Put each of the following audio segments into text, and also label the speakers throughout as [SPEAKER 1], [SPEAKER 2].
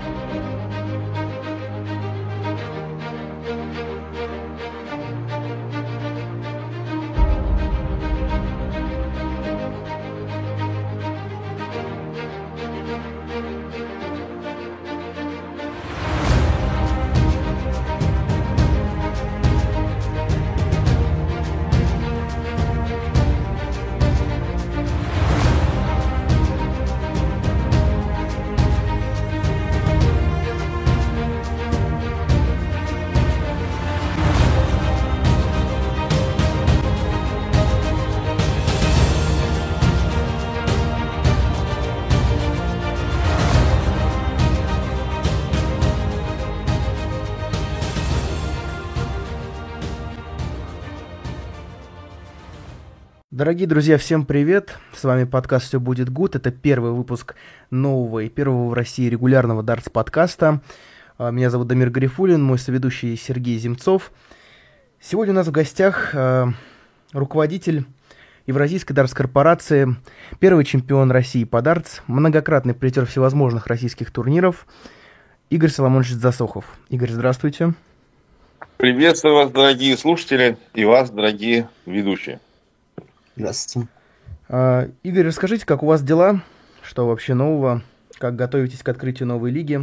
[SPEAKER 1] Дорогие друзья, всем привет! С вами подкаст «Все будет гуд». Это первый выпуск нового и первого в России регулярного дартс-подкаста. Меня зовут Дамир Гарифуллин, мой соведущий Сергей Земцов. Сегодня у нас в гостях руководитель Евразийской дартс-корпорации, первый чемпион России по дартс, многократный призер всевозможных российских турниров Игорь Соломонович Засохов. Игорь, здравствуйте.
[SPEAKER 2] Приветствую вас, дорогие слушатели, и вас, дорогие ведущие.
[SPEAKER 3] Здравствуйте.
[SPEAKER 1] Игорь, расскажите, как у вас дела? Что вообще нового? Как готовитесь к открытию новой лиги?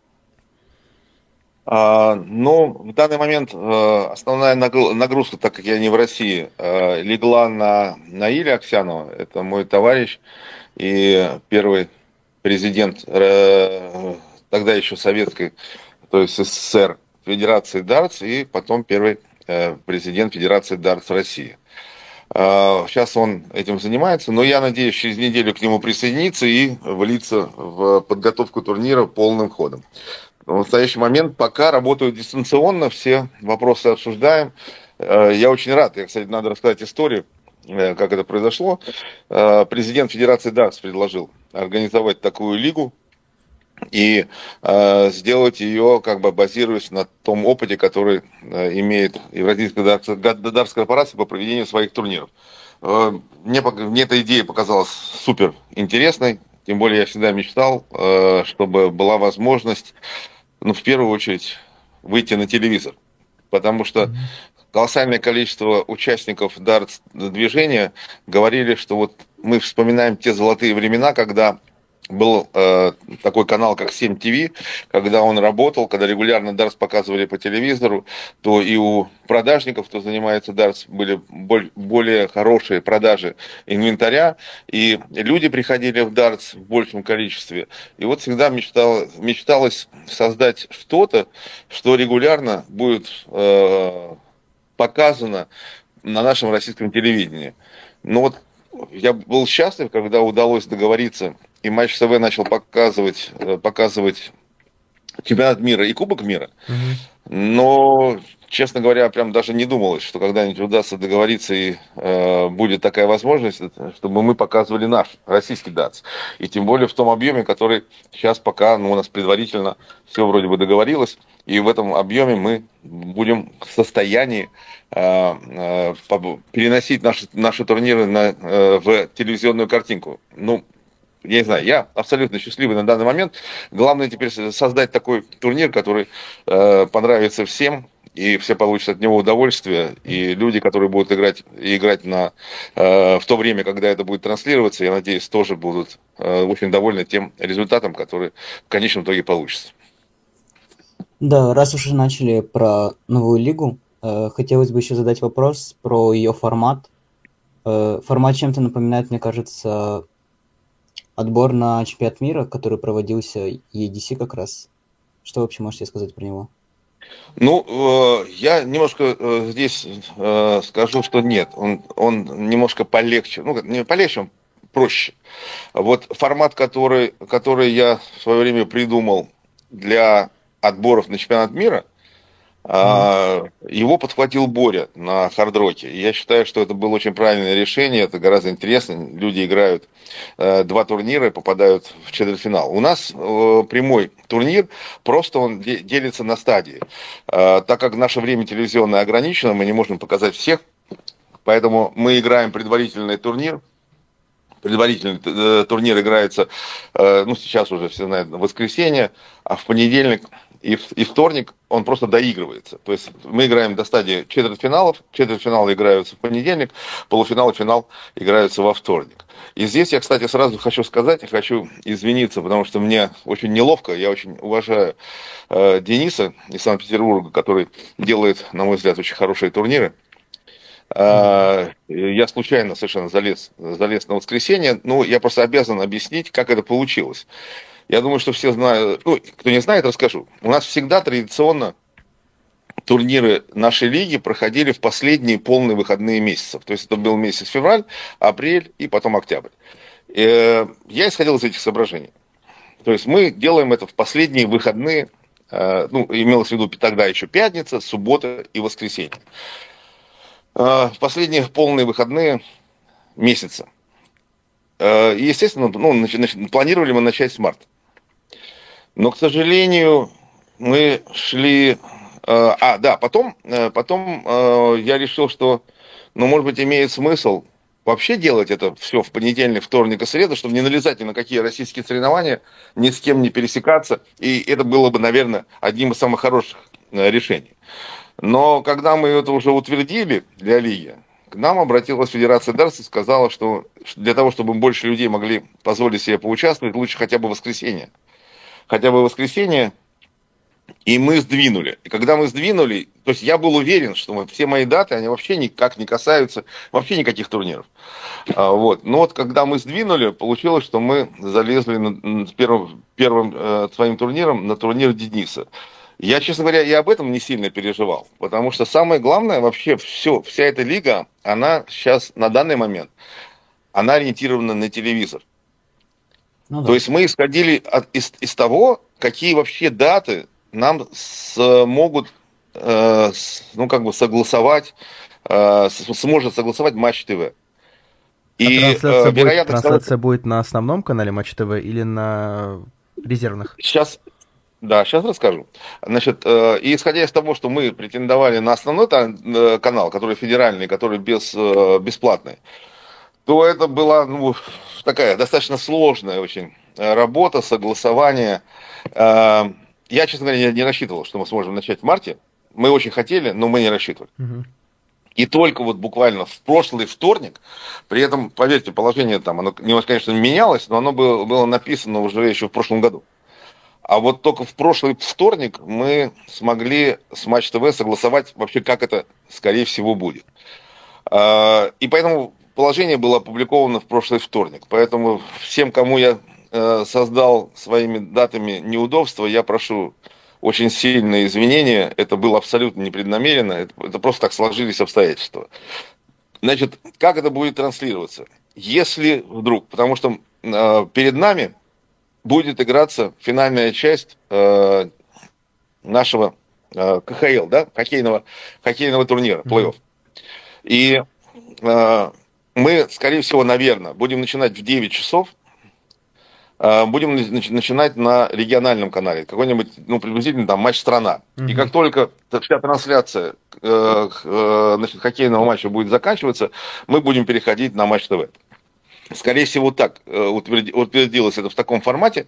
[SPEAKER 2] В данный момент основная нагрузка, так как я не в России, легла на Наиля Аксянова. Это мой товарищ и первый президент тогда еще советской, то есть СССР, Федерации дартс, и потом первый президент Федерации дартс России. Сейчас он этим занимается, но я надеюсь через неделю к нему присоединиться и влиться в подготовку турнира полным ходом. В настоящий момент пока работаю дистанционно, все вопросы обсуждаем. Я очень рад, кстати, надо рассказать историю, как это произошло. Президент Федерации дартс предложил организовать такую лигу и сделать ее, базируясь на том опыте, который имеет Евразийская дартс-корпорация по проведению своих турниров. Мне эта идея показалась супер интересной, тем более я всегда мечтал, чтобы была возможность, в первую очередь, выйти на телевизор, потому что колоссальное количество участников дартс-движения говорили, что вот мы вспоминаем те золотые времена, когда был такой канал, как 7 ТВ, когда он работал, когда регулярно дартс показывали по телевизору, то и у продажников, кто занимается дартс, были более хорошие продажи инвентаря, и люди приходили в дартс в большем количестве. И вот всегда мечталось создать что-то, что регулярно будет показано на нашем российском телевидении. Но вот я был счастлив, когда удалось договориться, и Матч ТВ начал показывать чемпионат мира и Кубок мира. Но, честно говоря, прям даже не думалось, что когда-нибудь удастся договориться и будет такая возможность, чтобы мы показывали наш российский дартс. И тем более в том объеме, который сейчас пока у нас предварительно все вроде бы договорилось. И в этом объеме мы будем в состоянии переносить наши турниры в телевизионную картинку. Я не знаю, я абсолютно счастливый на данный момент. Главное теперь создать такой турнир, который понравится всем, и все получат от него удовольствие. И люди, которые будут играть в то время, когда это будет транслироваться, я надеюсь, тоже будут очень довольны тем результатом, который в конечном итоге получится.
[SPEAKER 3] Да, раз уж начали про новую лигу, хотелось бы еще задать вопрос про ее формат. Формат чем-то напоминает, мне кажется, отбор на чемпионат мира, который проводился EDC как раз. Что вообще можете сказать про него?
[SPEAKER 2] Я немножко здесь скажу, что нет. Он немножко полегче. Не полегче, он проще. Вот формат, который я в свое время придумал для отборов на чемпионат мира, его подхватил Боря на Хардроке. Я считаю, что это было очень правильное решение, это гораздо интересно. Люди играют 2 турнира и попадают в четвертьфинал. У нас прямой турнир, просто он делится на стадии. Так как наше время телевизионное ограничено, мы не можем показать всех, поэтому мы играем предварительный турнир, Предварительный турнир играется, ну, сейчас уже все знают, в воскресенье, а в понедельник и вторник он просто доигрывается. То есть мы играем до стадии четвертьфиналов, четвертьфиналы играются в понедельник, полуфинал и финал играются во вторник. И здесь я, кстати, сразу хочу сказать, хочу извиниться, потому что мне очень неловко, я очень уважаю Дениса из Санкт-Петербурга, который делает, на мой взгляд, очень хорошие турниры. Я случайно совершенно залез на воскресенье, но я просто обязан объяснить, как это получилось. Я думаю, что все знают, ну, кто не знает, расскажу. У нас всегда традиционно турниры нашей лиги проходили в последние полные выходные месяцев. То есть это был месяц февраль, апрель и потом октябрь. Я исходил из этих соображений. То есть мы делаем это в последние выходные, ну, имелось в виду тогда еще пятница, суббота и воскресенье. В последние полные выходные месяца. И, естественно, ну, планировали мы начать с марта. Но, к сожалению, мы шли... потом я решил, что, ну, может быть, имеет смысл вообще делать это все в понедельник, вторник и среду, чтобы не налезать ни на какие российские соревнования, ни с кем не пересекаться. И это было бы, наверное, одним из самых хороших решений. Но когда мы это уже утвердили для лиги, к нам обратилась Федерация дартса и сказала, что для того, чтобы больше людей могли позволить себе поучаствовать, лучше хотя бы воскресенье. Хотя бы воскресенье. И мы сдвинули. И когда мы сдвинули, то есть я был уверен, что все мои даты, они вообще никак не касаются, вообще никаких турниров. Вот. Но вот когда мы сдвинули, получилось, что мы залезли с первым своим турниром на турнир Дениса. Я, честно говоря, и об этом не сильно переживал, потому что самое главное, вообще вся эта лига, она сейчас, на данный момент, она ориентирована на телевизор. Ну, да. То есть мы исходили из того, какие вообще даты нам смогут, ну, как бы согласовать, сможет согласовать Матч ТВ.
[SPEAKER 1] И трансляция будет на основном канале Матч ТВ или на резервных?
[SPEAKER 2] Сейчас расскажу. Значит, и исходя из того, что мы претендовали на основной канал, который федеральный, который бесплатный, то это была, ну, такая достаточно сложная очень работа, согласование. Я, честно говоря, не рассчитывал, что мы сможем начать в марте. Мы очень хотели, но мы не рассчитывали. Угу. И только вот буквально в прошлый вторник, при этом, поверьте, положение там, оно, конечно, менялось, но оно было написано уже еще в прошлом году. А вот только в прошлый вторник мы смогли с Матч ТВ согласовать вообще, как это, скорее всего, будет. И поэтому положение было опубликовано в прошлый вторник. Поэтому всем, кому я создал своими датами неудобства, я прошу очень сильные извинения. Это было абсолютно непреднамеренно. Это просто так сложились обстоятельства. Значит, как это будет транслироваться? Если вдруг, потому что перед нами будет играться финальная часть нашего КХЛ, да, хоккейного турнира, плей-офф. И мы, скорее всего, наверное, будем начинать в 9 часов. Будем начинать на региональном канале, какой-нибудь, ну, приблизительно там матч «Страна». И как только вся трансляция значит, хоккейного матча будет заканчиваться, мы будем переходить на Матч ТВ. Скорее всего, так утвердилось это в таком формате.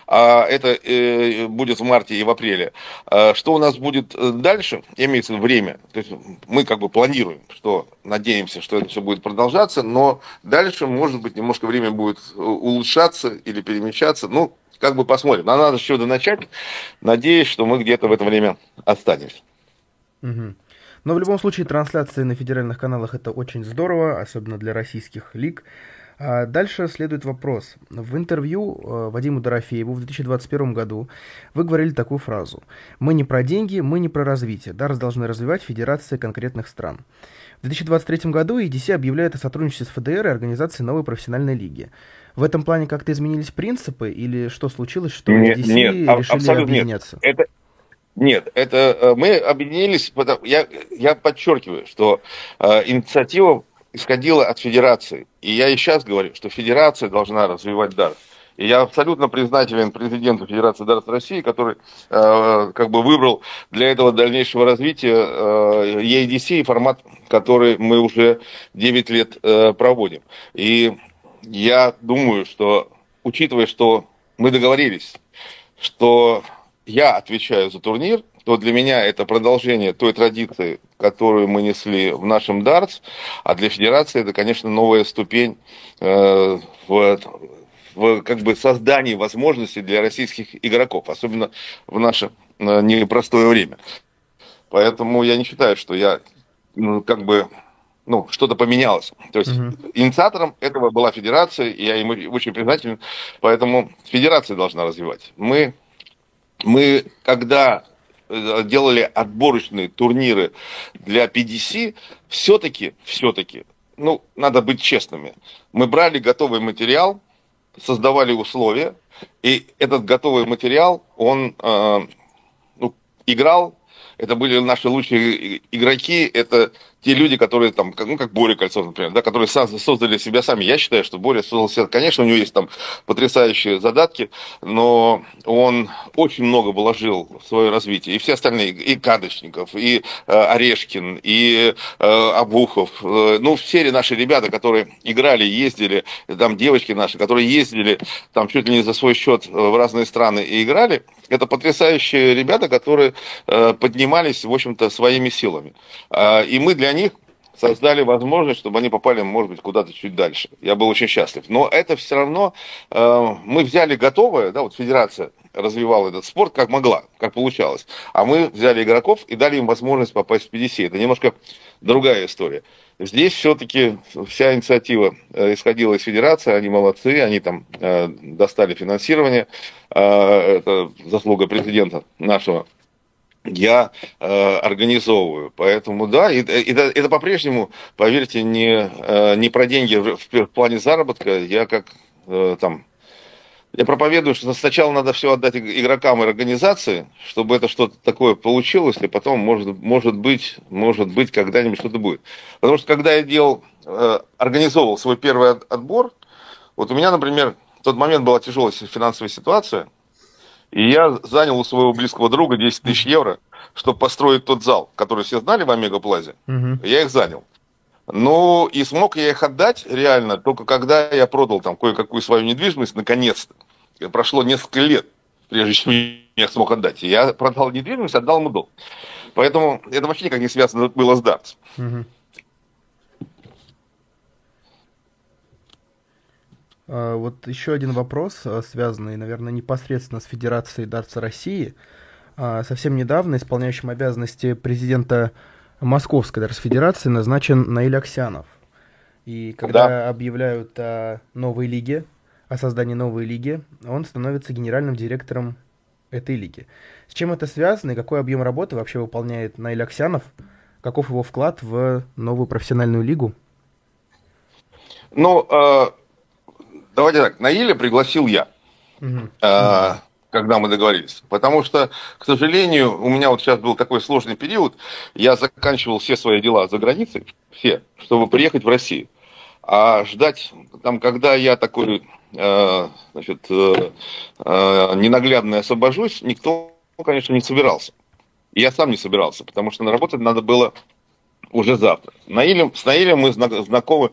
[SPEAKER 2] Это будет в марте и в апреле. Что у нас будет дальше, имеется в виду время. То есть мы как бы планируем, что надеемся, что это все будет продолжаться, но дальше, может быть, немножко время будет улучшаться или перемещаться. Ну, как бы посмотрим. Нам надо с чего-то начать. Надеюсь, что мы где-то в это время останемся.
[SPEAKER 1] Угу. Но в любом случае трансляции на федеральных каналах это очень здорово, особенно для российских лиг. Дальше следует вопрос. В интервью Вадиму Дорофееву в 2021 году вы говорили такую фразу. «Мы не про деньги, мы не про развитие. Дартс должны развивать федерации конкретных стран». В 2023 году EDC объявляет о сотрудничестве с ФДР и организацией новой профессиональной лиги. В этом плане как-то изменились принципы или что случилось, что EDC решили объединяться?
[SPEAKER 2] Нет, это мы объединились, я подчеркиваю, что инициатива исходила от федерации. И я и сейчас говорю, что федерация должна развивать дартс. И я абсолютно признателен президенту Федерации дартс России, который как бы выбрал для этого дальнейшего развития EADC, формат, который мы уже 9 лет проводим. И я думаю, что, учитывая, что мы договорились, что я отвечаю за турнир, то для меня это продолжение той традиции, которую мы несли в нашем дартс, а для федерации это, конечно, новая ступень в как бы создании возможностей для российских игроков, особенно в наше непростое время. Поэтому я не считаю, что я что-то поменялось. То есть инициатором этого была федерация, и я им очень признателен, поэтому федерация должна развивать. Мы когда делали отборочные турниры для PDC, все-таки, надо быть честными. Мы брали готовый материал, создавали условия, и этот готовый материал, он играл. Это были наши лучшие игроки, это те люди, которые там, как Боря Кольцов, например, да, которые создали себя сами. Я считаю, что Боря создал себя, конечно, у него есть там потрясающие задатки, но он очень много вложил в свое развитие. И все остальные, и Кадочников, и Орешкин, и Обухов, все наши ребята, которые играли, ездили, там девочки наши, которые ездили там чуть ли не за свой счет в разные страны и играли, это потрясающие ребята, которые поднимались, в общем-то, своими силами. И мы для них создали возможность, чтобы они попали, может быть, куда-то чуть дальше. Я был очень счастлив. Но это все равно мы взяли готовое, да, вот федерация развивала этот спорт как могла, как получалось. А мы взяли игроков и дали им возможность попасть в PDC. Это немножко другая история. Здесь все-таки вся инициатива исходила из федерации, они молодцы, они там достали финансирование, это заслуга президента нашего. Я организовываю. Поэтому да, это по-прежнему, поверьте, не про деньги в плане заработка. Я проповедую, что сначала надо все отдать игрокам и организации, чтобы это что-то такое получилось, и потом, может быть, когда-нибудь что-то будет. Потому что когда я организовывал свой первый отбор, вот у меня, например, в тот момент была тяжелая финансовая ситуация, и я занял у своего близкого друга 10 тысяч евро, чтобы построить тот зал, который все знали в Омега Плазе. Я их занял. Ну, и смог я их отдать реально только когда я продал там кое-какую свою недвижимость, наконец-то. Прошло несколько лет, прежде чем я смог отдать. Я продал недвижимость, отдал ему долг. Поэтому это вообще никак не связано было с дартс.
[SPEAKER 1] Вот еще один вопрос, связанный, наверное, непосредственно с Федерацией дартса России. Совсем недавно исполняющим обязанности президента Московской дартс-федерации назначен Наиль Аксянов. И когда объявляют о новой лиге, о создании новой лиги, он становится генеральным директором этой лиги. С чем это связано и какой объем работы вообще выполняет Наиль Аксянов? Каков его вклад в новую профессиональную лигу?
[SPEAKER 2] Давайте так, Наиля пригласил я, когда мы договорились. Потому что, к сожалению, у меня вот сейчас был такой сложный период, я заканчивал все свои дела за границей, чтобы приехать в Россию. А ждать, когда я такой, ненаглядный освобожусь, никто, конечно, не собирался. И я сам не собирался, потому что работать надо было уже завтра. С Наилем мы знакомы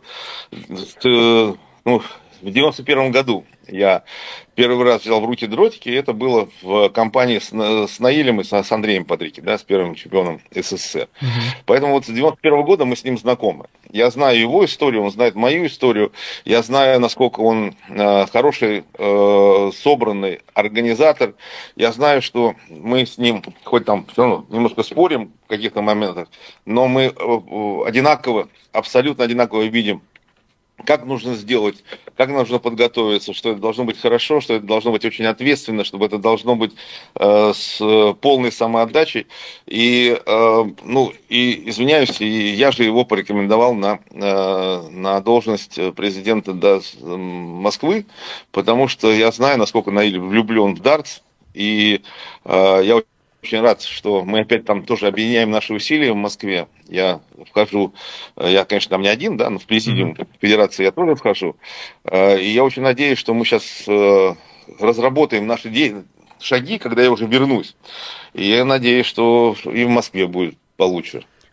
[SPEAKER 2] в 91 году. Я первый раз взял в руки дротики, и это было в компании с Наилем и с Андреем Патрики, да, с первым чемпионом СССР. Поэтому вот с 91 года мы с ним знакомы. Я знаю его историю, он знает мою историю. Я знаю, насколько он хороший, собранный организатор. Я знаю, что мы с ним, хоть там все равно немножко спорим в каких-то моментах, но мы абсолютно одинаково видим, как нужно сделать, как нужно подготовиться, что это должно быть хорошо, что это должно быть очень ответственно, чтобы это должно быть с полной самоотдачей. И извиняюсь, и я же его порекомендовал на должность президента Москвы, потому что я знаю, насколько Наиль влюблен в дартс, и я очень рад, что мы опять там тоже объединяем наши усилия в Москве. Я, конечно, там не один, да, но в президиум федерации я тоже вхожу. И я очень надеюсь, что мы сейчас разработаем наши шаги, когда я уже вернусь. И я надеюсь, что и в Москве будет получше.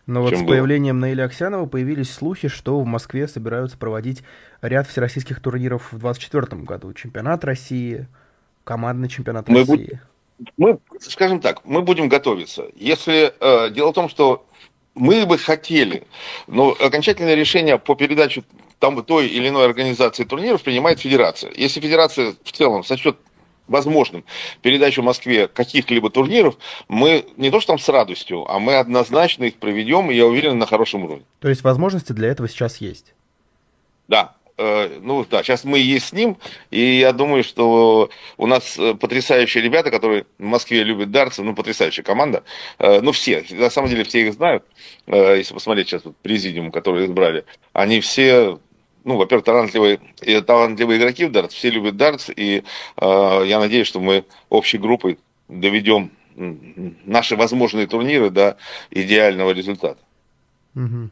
[SPEAKER 1] Но вот с
[SPEAKER 2] чем было.
[SPEAKER 1] появлением Наили Аксянова появились слухи, что в Москве собираются проводить ряд всероссийских турниров в 2024 году. Чемпионат России, командный чемпионат
[SPEAKER 2] Мы,
[SPEAKER 1] России.
[SPEAKER 2] скажем так, мы будем готовиться. Если дело в том, что мы бы хотели, но окончательное решение по передаче там той или иной организации турниров принимает федерация. Если федерация в целом сочтет возможным передачу Москве каких-либо турниров, мы не то что там с радостью, а мы однозначно их проведем, и я уверен, на хорошем уровне.
[SPEAKER 1] То есть возможности для этого сейчас есть?
[SPEAKER 2] Да. Ну да, сейчас мы есть с ним, и я думаю, что у нас потрясающие ребята, которые в Москве любят дартс, ну потрясающая команда, ну все, на самом деле все их знают, если посмотреть сейчас вот президиум, который избрали, они все, ну, во-первых, талантливые игроки в дартс, все любят дартс, и я надеюсь, что мы общей группой доведем наши возможные турниры до идеального результата.
[SPEAKER 1] Угу.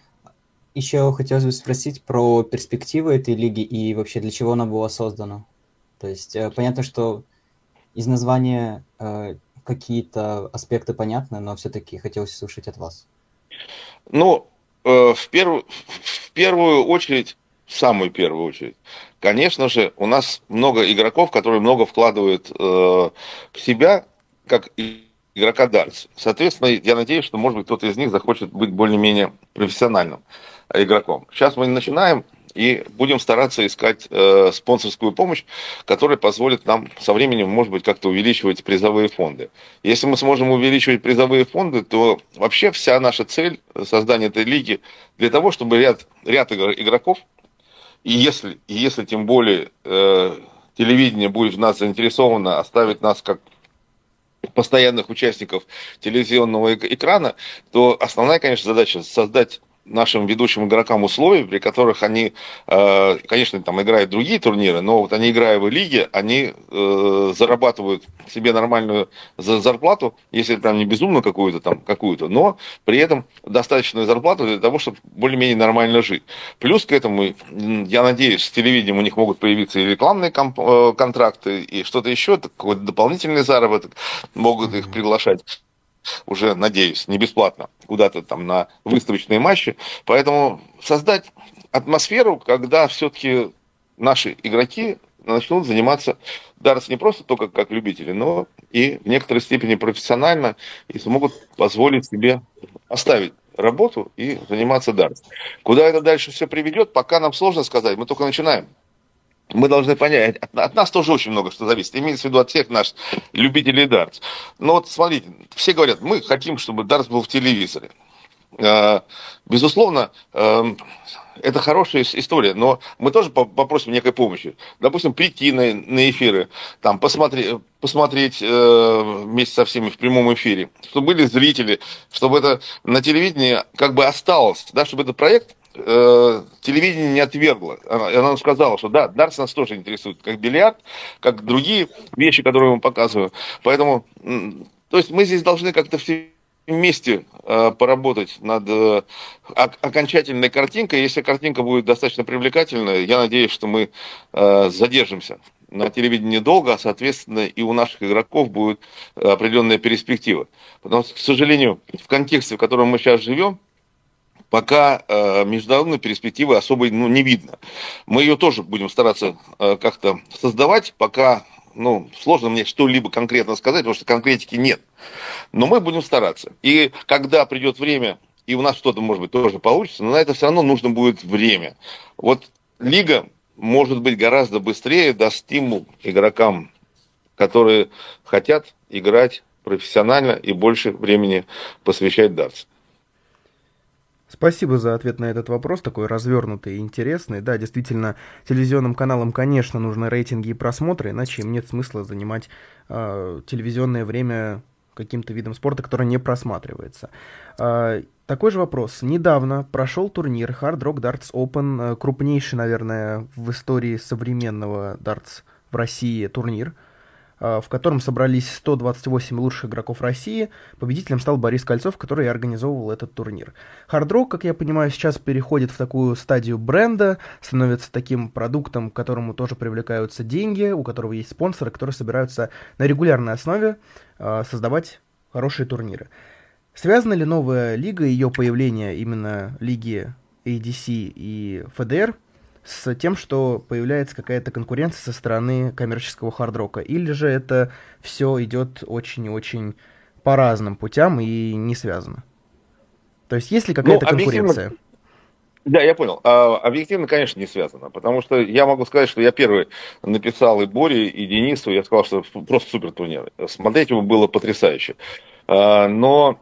[SPEAKER 3] Еще хотелось бы спросить про перспективы этой лиги и вообще для чего она была создана. То есть понятно, что из названия какие-то аспекты понятны, но все-таки хотелось услышать от вас.
[SPEAKER 2] Ну, в первую очередь, в самую первую очередь, конечно же, у нас много игроков, которые много вкладывают в себя, как игрока дартс. Соответственно, я надеюсь, что, может быть, кто-то из них захочет быть более-менее профессиональным игроком. Сейчас мы начинаем и будем стараться искать спонсорскую помощь, которая позволит нам со временем, может быть, как-то увеличивать призовые фонды. Если мы сможем увеличивать призовые фонды, то вообще вся наша цель создания этой лиги для того, чтобы ряд игроков, и если тем более телевидение будет в нас заинтересовано, оставить нас как постоянных участников телевизионного экрана, то основная, конечно, задача создать нашим ведущим игрокам условия, при которых они, конечно, там играют другие турниры, но вот они, играя в лиге, они зарабатывают себе нормальную зарплату, если прям не безумно какую-то, но при этом достаточную зарплату для того, чтобы более-менее нормально жить. Плюс к этому, я надеюсь, с телевидением у них могут появиться и рекламные контракты, и что-то еще, какой-то дополнительный заработок, могут их приглашать уже, надеюсь, не бесплатно, куда-то там на выставочные матчи. Поэтому создать атмосферу, когда все-таки наши игроки начнут заниматься дартс не просто только как любители, но и в некоторой степени профессионально, и смогут позволить себе оставить работу и заниматься дартс. Куда это дальше все приведет, пока нам сложно сказать, мы только начинаем. Мы должны понять, от нас тоже очень много что зависит. Имеется в виду от всех наших любителей дартс. Но вот смотрите, все говорят, мы хотим, чтобы дартс был в телевизоре. Безусловно, это хорошая история, но мы тоже попросим некой помощи. Допустим, прийти на эфиры, там, посмотреть вместе со всеми в прямом эфире, чтобы были зрители, чтобы это на телевидении как бы осталось, да, чтобы этот проект телевидение не отвергло. Она сказала, что да, дартс нас тоже интересует, как бильярд, как другие вещи, которые я вам показываю. Поэтому, то есть мы здесь должны как-то все вместе поработать над окончательной картинкой. Если картинка будет достаточно привлекательная, я надеюсь, что мы задержимся на телевидении долго, а, соответственно, и у наших игроков будет определенная перспектива. Потому что, к сожалению, в контексте, в котором мы сейчас живем, пока международной перспективы особой не видно. Мы ее тоже будем стараться как-то создавать, пока сложно мне что-либо конкретно сказать, потому что конкретики нет. Но мы будем стараться. И когда придет время, и у нас что-то, может быть, тоже получится, но на это все равно нужно будет время. Вот лига, может быть, гораздо быстрее даст стимул игрокам, которые хотят играть профессионально и больше времени посвящать дартс.
[SPEAKER 1] Спасибо за ответ на этот вопрос, такой развернутый и интересный. Да, действительно, телевизионным каналам, конечно, нужны рейтинги и просмотры, иначе им нет смысла занимать телевизионное время каким-то видом спорта, который не просматривается. Такой же вопрос. Недавно прошел турнир Hard Rock Darts Open, крупнейший, наверное, в истории современного дартс в России турнир, в котором собрались 128 лучших игроков России. Победителем стал Борис Кольцов, который организовывал этот турнир. Hard Rock, как я понимаю, сейчас переходит в такую стадию бренда, становится таким продуктом, к которому тоже привлекаются деньги, у которого есть спонсоры, которые собираются на регулярной основе создавать хорошие турниры. Связана ли новая лига, ее появление именно лиги ADC и FDR с тем, что появляется какая-то конкуренция со стороны коммерческого хардрока? Или же это все идет очень и очень по разным путям и не связано? То есть есть ли какая-то конкуренция?
[SPEAKER 2] Да, я понял. Объективно, конечно, не связано, потому что я могу сказать, что я первый написал и Боре, и Денису, я сказал, что просто супер турнир. Смотреть его было потрясающе. Но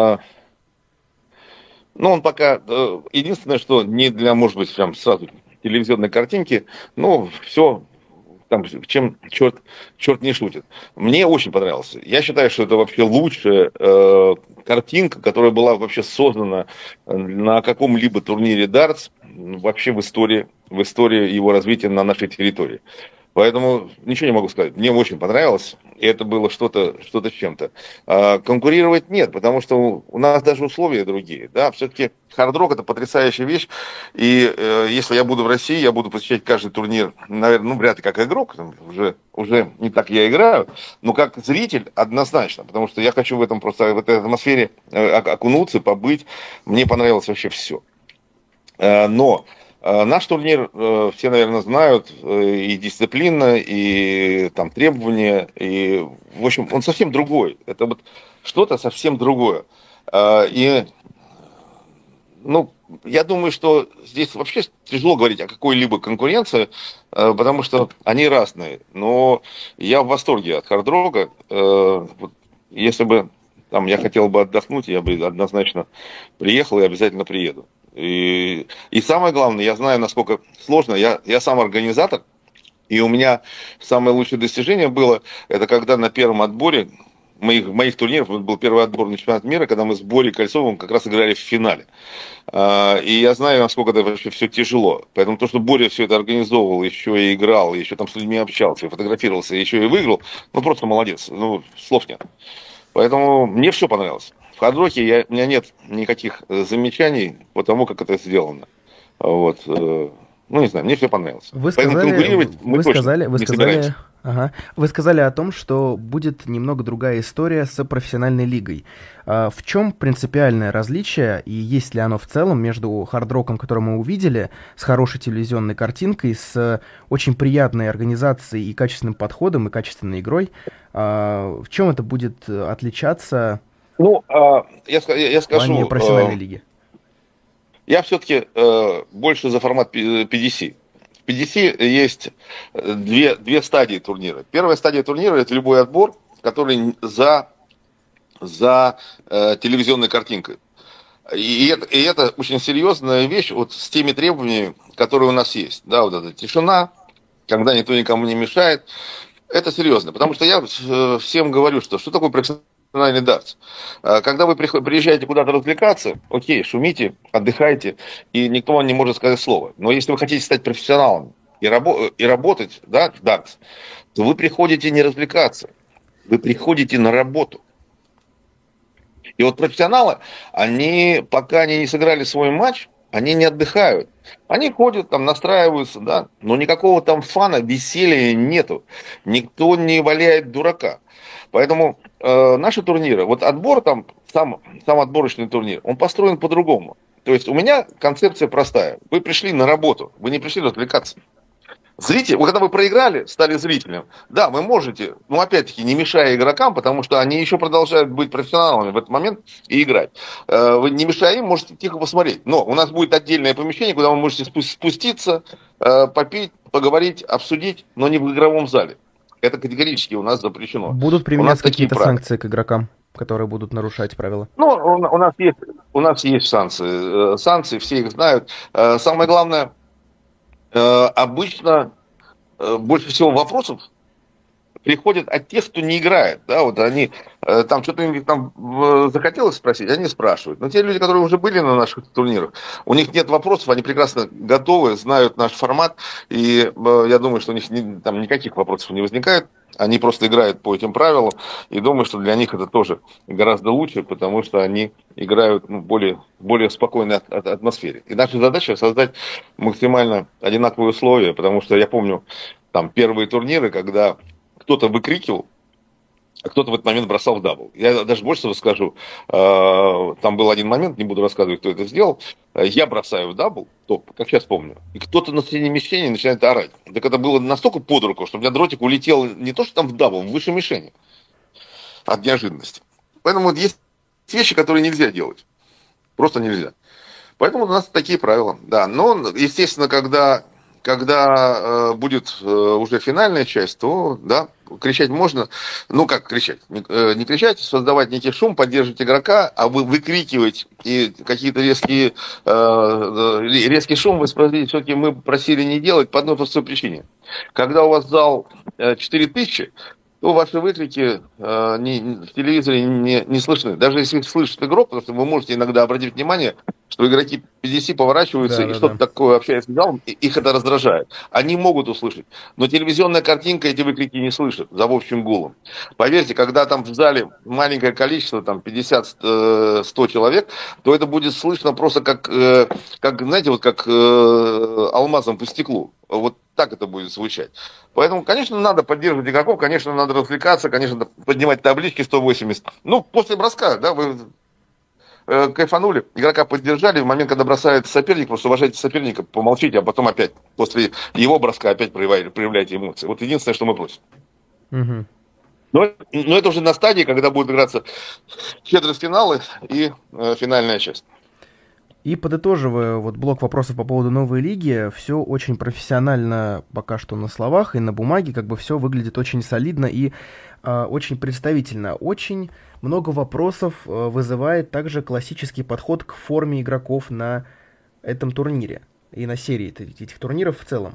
[SPEAKER 2] он пока... Единственное, что не для, может быть, прям сразу телевизионной картинки, но все... Там, чем черт не шутит. Мне очень понравился. Я считаю, что это вообще лучшая картинка, которая была вообще создана на каком-либо турнире дартс вообще в истории его развития на нашей территории. Поэтому ничего не могу сказать. Мне очень понравилось, и это было что-то с чем-то. Конкурировать нет, потому что у нас даже условия другие. Да? Все-таки хард-рок — это потрясающая вещь, и если я буду в России, я буду посещать каждый турнир, наверное, вряд ли как игрок, уже не так я играю, но как зритель однозначно, потому что я хочу в этой атмосфере окунуться, побыть. Мне понравилось вообще все. Но наш турнир, все, наверное, знают, и дисциплина, и там требования, и, в общем, он совсем другой. Это вот что-то совсем другое. И, я думаю, что здесь вообще тяжело говорить о какой-либо конкуренции, потому что они разные. Но я в восторге от хард-рока. Если бы там я хотел бы отдохнуть, я бы однозначно приехал и обязательно приеду. И самое главное, я знаю, насколько сложно. Я сам организатор, и у меня самое лучшее достижение было, это когда на первом отборе моих турниров, был первый отбор на чемпионат мира, когда мы с Борей Кольцовым как раз играли в финале. И я знаю, насколько это вообще все тяжело. Поэтому то, что Боря все это организовывал, еще и играл, еще там с людьми общался, и фотографировался, еще и выиграл, просто молодец. Слов нет. Поэтому мне все понравилось. В хард-роке у меня нет никаких замечаний по тому, как это сделано. Вот. Не знаю, мне все понравилось.
[SPEAKER 1] Вы сказали о том, что будет немного другая история с профессиональной лигой. В чем принципиальное различие, и есть ли оно в целом между хард-роком, который мы увидели, с хорошей телевизионной картинкой, с очень приятной организацией и качественным подходом, и качественной игрой? В чем это будет отличаться
[SPEAKER 2] я скажу...
[SPEAKER 1] в плане профессиональной лиги?
[SPEAKER 2] Я все-таки больше за формат PDC. В PDC есть две стадии турнира. Первая стадия турнира — это любой отбор, который за телевизионной картинкой. И это очень серьезная вещь вот с теми требованиями, которые у нас есть. Да, вот эта тишина, когда никто никому не мешает. Это серьезно, потому что я всем говорю, что такое профессиональный дартс. Когда вы приезжаете куда-то развлекаться, окей, шумите, отдыхайте, и никто вам не может сказать слова. Но если вы хотите стать профессионалом и работать, да, в дартс, то вы приходите не развлекаться, вы приходите на работу. И вот профессионалы, они пока не сыграли свой матч, они не отдыхают. Они ходят, там, настраиваются, да, но никакого там фана, веселья нету. Никто не валяет дурака. Поэтому наши турниры, вот отбор там, сам отборочный турнир, он построен по-другому. То есть у меня концепция простая. Вы пришли на работу, вы не пришли развлекаться. Зритель, когда вы проиграли, стали зрителем, да, вы можете, опять-таки, не мешая игрокам, потому что они еще продолжают быть профессионалами в этот момент и играть. Вы, не мешая им, можете тихо посмотреть. Но у нас будет отдельное помещение, куда вы можете спуститься, попить, поговорить, обсудить, но не в игровом зале. Это категорически у нас запрещено.
[SPEAKER 1] Будут применяться какие-то санкции к игрокам, которые будут нарушать правила?
[SPEAKER 2] У нас есть санкции. Санкции, все их знают. Самое главное, обычно больше всего вопросов приходят от тех, кто не играет. Да, вот они там что-то им там захотелось спросить, они спрашивают. Но те люди, которые уже были на наших турнирах, у них нет вопросов, они прекрасно готовы, знают наш формат, и я думаю, что у них там никаких вопросов не возникает. Они просто играют по этим правилам, и думаю, что для них это тоже гораздо лучше, потому что они играют в более спокойной атмосфере. И наша задача — создать максимально одинаковые условия, потому что я помню там первые турниры, когда кто-то выкрикивал, а кто-то в этот момент бросал в дабл. Я даже больше того скажу. Там был один момент, не буду рассказывать, кто это сделал. Я бросаю в дабл, топ, как сейчас помню, и кто-то на средней мишени начинает орать. Так это было настолько под руку, что у меня дротик улетел не то, что там в дабл, выше мишени. От неожиданности. Поэтому вот есть вещи, которые нельзя делать. Просто нельзя. Поэтому у нас такие правила. Да. Но, естественно, когда будет уже финальная часть, то да, кричать можно. Ну, как кричать? Не кричать, создавать некий шум, поддерживать игрока, а вы выкрикивать и какие-то резкий шум воспроизводить все-таки мы просили не делать по одной простой причине. Когда у вас зал 4000, то ваши выкрики в телевизоре не слышны. Даже если слышит игрок, потому что вы можете иногда обратить внимание, что игроки PDC поворачиваются и что-то такое общаются с залом, и их это раздражает. Они могут услышать, но телевизионная картинка эти выкрики не слышит за общим гулом. Поверьте, когда там в зале маленькое количество, там 50-100 человек, то это будет слышно просто как знаете, вот как алмазом по стеклу. Вот так это будет звучать. Поэтому, конечно, надо поддерживать игроков, конечно, надо развлекаться, конечно, поднимать таблички 180. Ну, после броска, да, вы кайфанули, игрока поддержали, в момент, когда бросает соперник, просто уважайте соперника, помолчите, а потом опять, после его броска опять проявляйте эмоции. Вот единственное, что мы просим.
[SPEAKER 1] Угу.
[SPEAKER 2] Но это уже на стадии, когда будут играться четвертьфиналы и финальная часть.
[SPEAKER 1] И подытоживая вот блок вопросов по поводу новой лиги, все очень профессионально пока что на словах и на бумаге, как бы все выглядит очень солидно и очень представительно. Очень много вопросов вызывает также классический подход к форме игроков на этом турнире и на серии этих турниров в целом.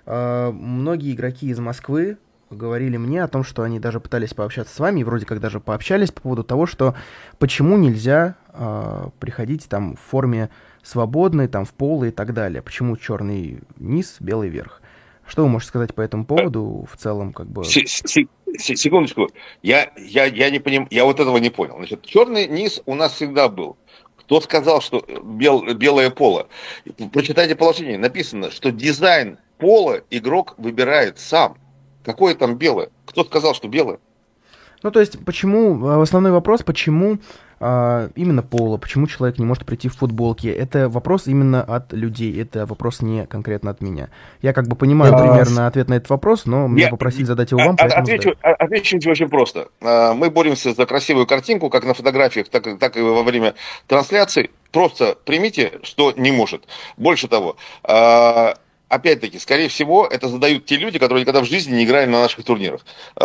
[SPEAKER 1] Многие игроки из Москвы говорили мне о том, что они даже пытались пообщаться с вами, и вроде как даже пообщались по поводу того, что почему нельзя приходить там в форме свободной, там в поло и так далее. Почему черный низ, белый верх? Что вы можете сказать по этому поводу в целом, как бы?
[SPEAKER 2] Секундочку, я не понимаю, я вот этого не понял. Значит, черный низ у нас всегда был. Кто сказал, что белое поло? Прочитайте положение. Написано, что дизайн пола игрок выбирает сам. Какое там белое? Кто сказал, что белое?
[SPEAKER 1] Ну, то есть, почему, основной вопрос, почему именно поло, почему человек не может прийти в футболке, это вопрос именно от людей, это вопрос не конкретно от меня. Я как бы понимаю примерно ответ на этот вопрос, но меня попросили задать его вам, поэтому
[SPEAKER 2] отвечу очень просто. Мы боремся за красивую картинку, как на фотографиях, так и во время трансляций. Просто примите, что не может. Больше того, опять-таки, скорее всего, это задают те люди, которые никогда в жизни не играли на наших турнирах.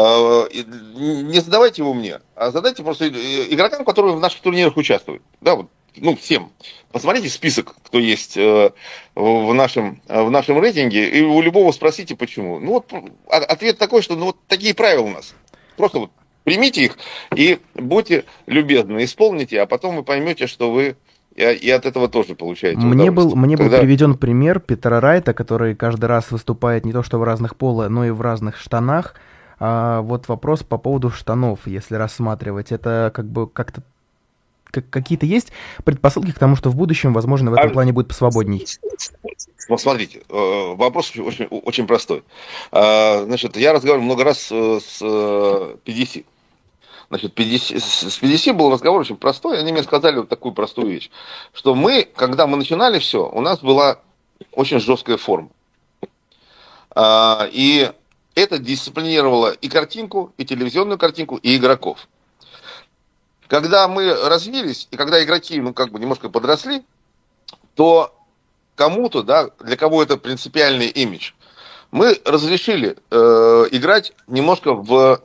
[SPEAKER 2] Не задавайте его мне, а задайте просто игрокам, которые в наших турнирах участвуют. Да, вот, ну, всем. Посмотрите список, кто есть в нашем рейтинге, и у любого спросите, почему. Ну, вот ответ такой, что ну, вот такие правила у нас. Просто вот примите их и будьте любезны, исполните, а потом вы поймете, что вы... И от этого тоже получаете удовольствие.
[SPEAKER 1] Мне был приведен пример Питера Райта, который каждый раз выступает не то что в разных поло, но и в разных штанах. Вот вопрос по поводу штанов, если рассматривать. Это как бы как-то какие-то есть предпосылки к тому, что в будущем, возможно, в этом плане будет посвободней?
[SPEAKER 2] Смотрите, вопрос очень, очень простой. Значит, я разговаривал много раз с PDC. Значит, с PDC был разговор очень простой, они мне сказали вот такую простую вещь, что когда мы начинали все, у нас была очень жесткая форма. И это дисциплинировало и картинку, и телевизионную картинку, и игроков. Когда мы развились, и когда игроки, ну, как бы немножко подросли, то кому-то, да, для кого это принципиальный имидж, мы разрешили играть немножко в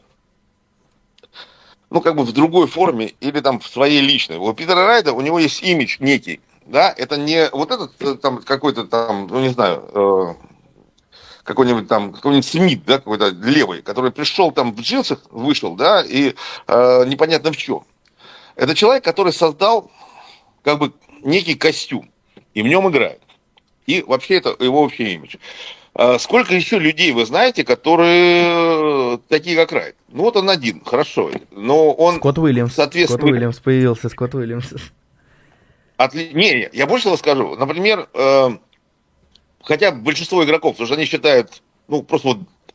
[SPEAKER 2] другой форме или там в своей личной. У Питера Райта, у него есть имидж некий, да, это не вот этот там какой-то там, ну не знаю, какой-нибудь Смит, да, какой-то левый, который пришел там в джинсах, вышел, да, и непонятно в чем. Это человек, который создал как бы некий костюм, и в нем играет. И вообще это его общий имидж. Сколько еще людей вы знаете, которые такие, как Райт? Ну, вот он один, хорошо. Но он,
[SPEAKER 1] Скотт Уильямс.
[SPEAKER 2] Соответственно...
[SPEAKER 1] Скотт Уильямс появился, Скотт Уильямс.
[SPEAKER 2] Не, я больше того скажу. Например, хотя большинство игроков, потому что они считают, ну, просто вот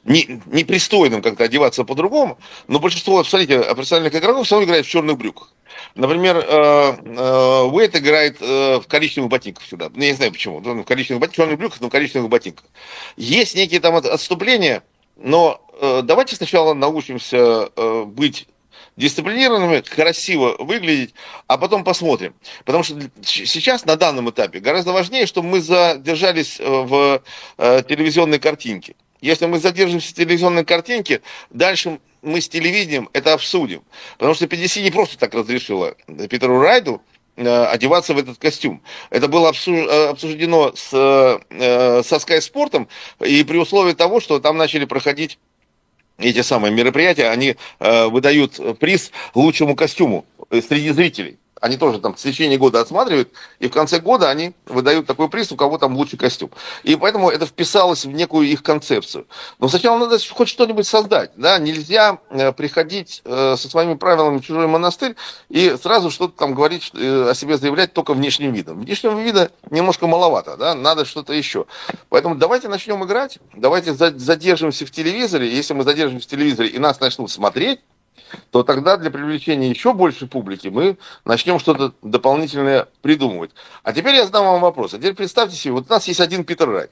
[SPEAKER 2] непристойным как-то одеваться по-другому, но большинство, смотрите, профессиональных игроков все равно играет в черных брюках. Например, Уэйт играет в коричневых ботинках всегда. Я не знаю почему. Он в коричневых ботинках, черных брюках, но в коричневых ботинках. Есть некие там отступления, но давайте сначала научимся быть дисциплинированными, красиво выглядеть, а потом посмотрим. Потому что сейчас, на данном этапе, гораздо важнее, чтобы мы задержались в телевизионной картинке. Если мы задержимся в телевизионной картинке, дальше мы с телевидением это обсудим. Потому что PDC не просто так разрешила Питеру Райду одеваться в этот костюм. Это было обсуждено со Sky Sport, и при условии того, что там начали проходить эти самые мероприятия, они выдают приз лучшему костюму среди зрителей. Они тоже там в течение года отсматривают, и в конце года они выдают такой приз, у кого там лучший костюм. И поэтому это вписалось в некую их концепцию. Но сначала надо хоть что-нибудь создать. Да? Нельзя приходить со своими правилами в чужой монастырь и сразу что-то там говорить, о себе заявлять только внешним видом. Внешнего вида немножко маловато, да? Надо что-то еще. Поэтому давайте начнем играть, давайте задержимся в телевизоре. Если мы задержимся в телевизоре и нас начнут смотреть, то тогда для привлечения еще больше публики мы начнем что-то дополнительное придумывать. А теперь я задам вам вопрос. А теперь представьте себе, вот у нас есть один Питер Райт.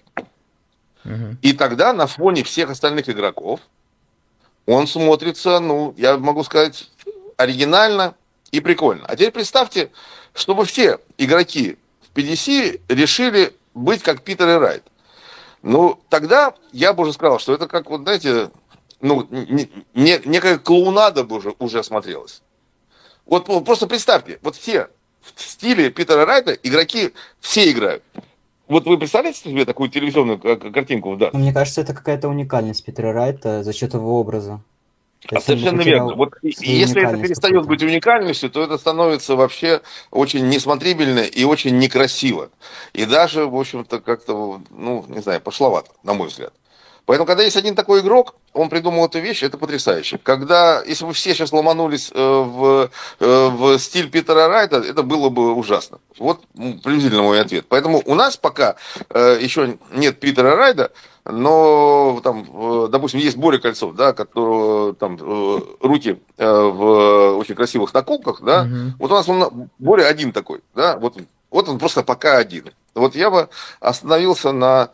[SPEAKER 2] И тогда на фоне всех остальных игроков он смотрится, ну, я могу сказать, оригинально и прикольно. А теперь представьте, чтобы все игроки в PDC решили быть как Питер и Райт. Ну, тогда я бы уже сказал, что это как, вот, знаете, ну, некая клоунада бы уже смотрелась. Вот просто представьте, вот все в стиле Питера Райта игроки все играют. Вот вы представляете себе такую телевизионную картинку? Да?
[SPEAKER 3] Мне кажется, это какая-то уникальность Питера Райта за счет его образа.
[SPEAKER 2] Совершенно верно. Вот если это перестает быть уникальностью, то это становится вообще очень несмотрибельно и очень некрасиво. И даже, в общем-то, как-то, ну, не знаю, пошловато, на мой взгляд. Поэтому, когда есть один такой игрок, он придумал эту вещь, это потрясающе. Когда, если бы все сейчас ломанулись в стиль Питера Райта, это было бы ужасно. Вот приблизительно мой ответ. Поэтому у нас пока еще нет Питера Райда, но там, допустим, есть Боря Кольцов, да, которого там руки в очень красивых наколках, да. Вот у нас Боря один такой, да, вот он просто пока один. Вот я бы остановился на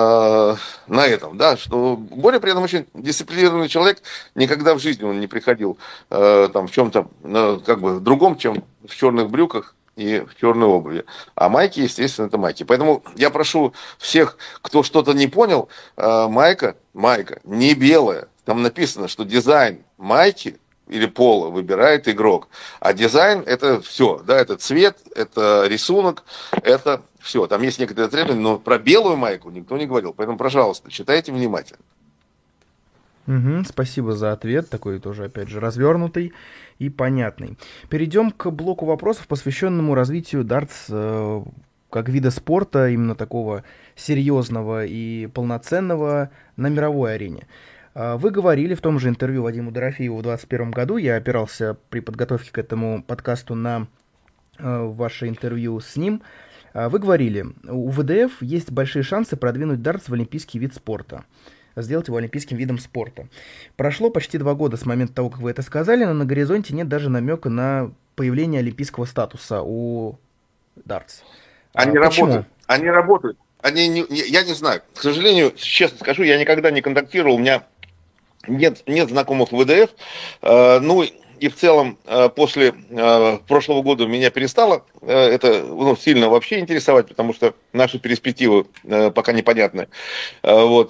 [SPEAKER 2] этом, да, что Боря при этом очень дисциплинированный человек, никогда в жизни он не приходил там в чем-то как бы другом, чем в черных брюках и в черной обуви. А майки, естественно, это майки. Поэтому я прошу всех, кто что-то не понял, майка не белая. Там написано, что дизайн майки или пола выбирает игрок. А дизайн это все, да, это цвет, это рисунок, это все. Там есть некоторые требования, но про белую майку никто не говорил. Поэтому, пожалуйста, читайте внимательно.
[SPEAKER 1] Спасибо за ответ, такой тоже, опять же, развернутый и понятный. Перейдем к блоку вопросов, посвященному развитию дартс как вида спорта, именно такого серьезного и полноценного на мировой арене. Вы говорили в том же интервью Вадиму Дорофееву в 2021 году, я опирался при подготовке к этому подкасту на ваше интервью с ним, вы говорили, у ВДФ есть большие шансы продвинуть дартс в олимпийский вид спорта, сделать его олимпийским видом спорта. Прошло почти 2 года с момента того, как вы это сказали, но на горизонте нет даже намека на появление олимпийского статуса у дартс.
[SPEAKER 2] Они работают. Я не знаю. К сожалению, честно скажу, я никогда не контактировал, у меня нет знакомых в ВДФ. Ну и в целом после прошлого года меня перестало это сильно вообще интересовать, потому что наши перспективы пока непонятны. Вот.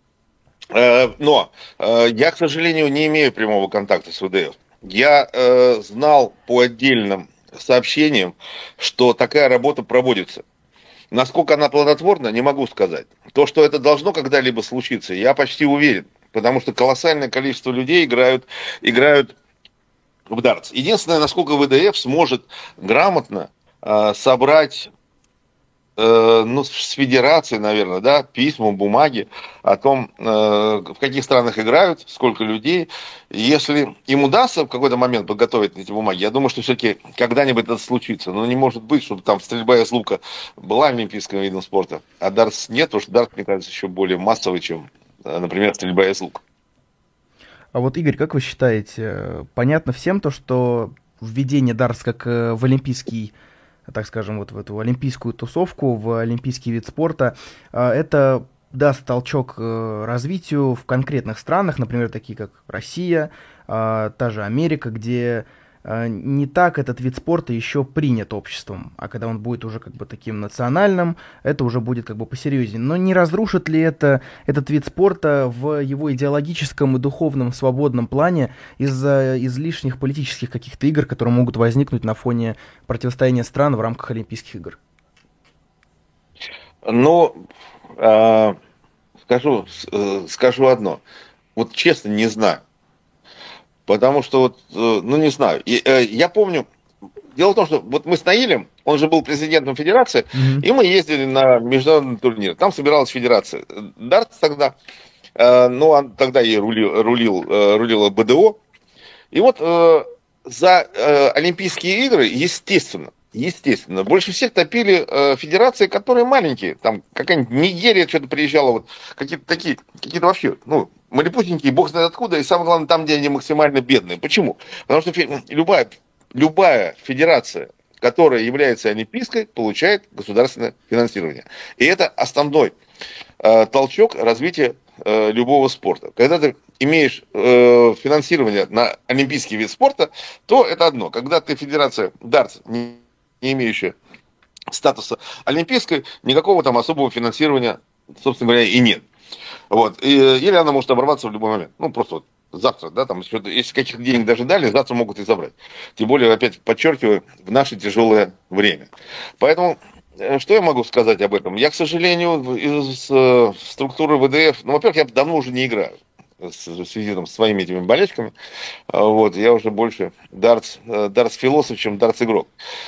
[SPEAKER 2] Но я, к сожалению, не имею прямого контакта с ВДФ. Я знал по отдельным сообщениям, что такая работа проводится. Насколько она плодотворна, не могу сказать. То, что это должно когда-либо случиться, я почти уверен. Потому что колоссальное количество людей играют в дартс. Единственное, насколько ВДФ сможет грамотно собрать с федерации, наверное, да, письма, бумаги о том, в каких странах играют, сколько людей. Если им удастся в какой-то момент подготовить эти бумаги, я думаю, что все-таки когда-нибудь это случится. Но не может быть, чтобы там стрельба из лука была олимпийским видом спорта, а дартс нет, потому что дартс, мне кажется, еще более массовый, чем, например, стрельба из лука.
[SPEAKER 1] А вот, Игорь, как вы считаете, понятно всем то, что введение дартс как в олимпийский, так скажем, вот в эту олимпийскую тусовку, в олимпийский вид спорта, это даст толчок развитию в конкретных странах, например, такие как Россия, та же Америка, где не так этот вид спорта еще принят обществом, а когда он будет уже как бы таким национальным, это уже будет как бы посерьезнее. Но не разрушит ли это этот вид спорта в его идеологическом и духовном свободном плане из-за излишних политических каких-то игр, которые могут возникнуть на фоне противостояния стран в рамках Олимпийских игр?
[SPEAKER 2] Ну, скажу одно. Вот честно, не знаю. Потому что вот, ну не знаю, я помню, дело в том, что вот мы с Наилем, он же был президентом федерации, и мы ездили на международный турнир. Там собиралась федерация. Дартс тогда, ну тогда ей рулила БДО. И вот за Олимпийские игры, естественно, больше всех топили федерации, которые маленькие. Там какая-нибудь Нигерия что-то приезжала, вот какие-то такие, какие-то вообще, ну, малепутенькие, бог знает откуда, и самое главное, там, где они максимально бедные. Почему? Потому что любая федерация, которая является олимпийской, получает государственное финансирование. И это основной толчок развития любого спорта. Когда ты имеешь финансирование на олимпийский вид спорта, то это одно. Когда ты федерация дартс, не имеющая статуса олимпийской, никакого там особого финансирования, собственно говоря, и нет. Вот. Или она может оборваться в любой момент. Ну, просто вот завтра, да, там, если каких-то денег даже дали, завтра могут и забрать. Тем более, опять подчеркиваю, в наше тяжелое время. Поэтому, что я могу сказать об этом? Я, к сожалению, из структуры ВДФ, ну, во-первых, я давно уже не играю в связи там, с своими этими болельщиками. Вот, я уже больше дартс-философ, чем дартс-игрок.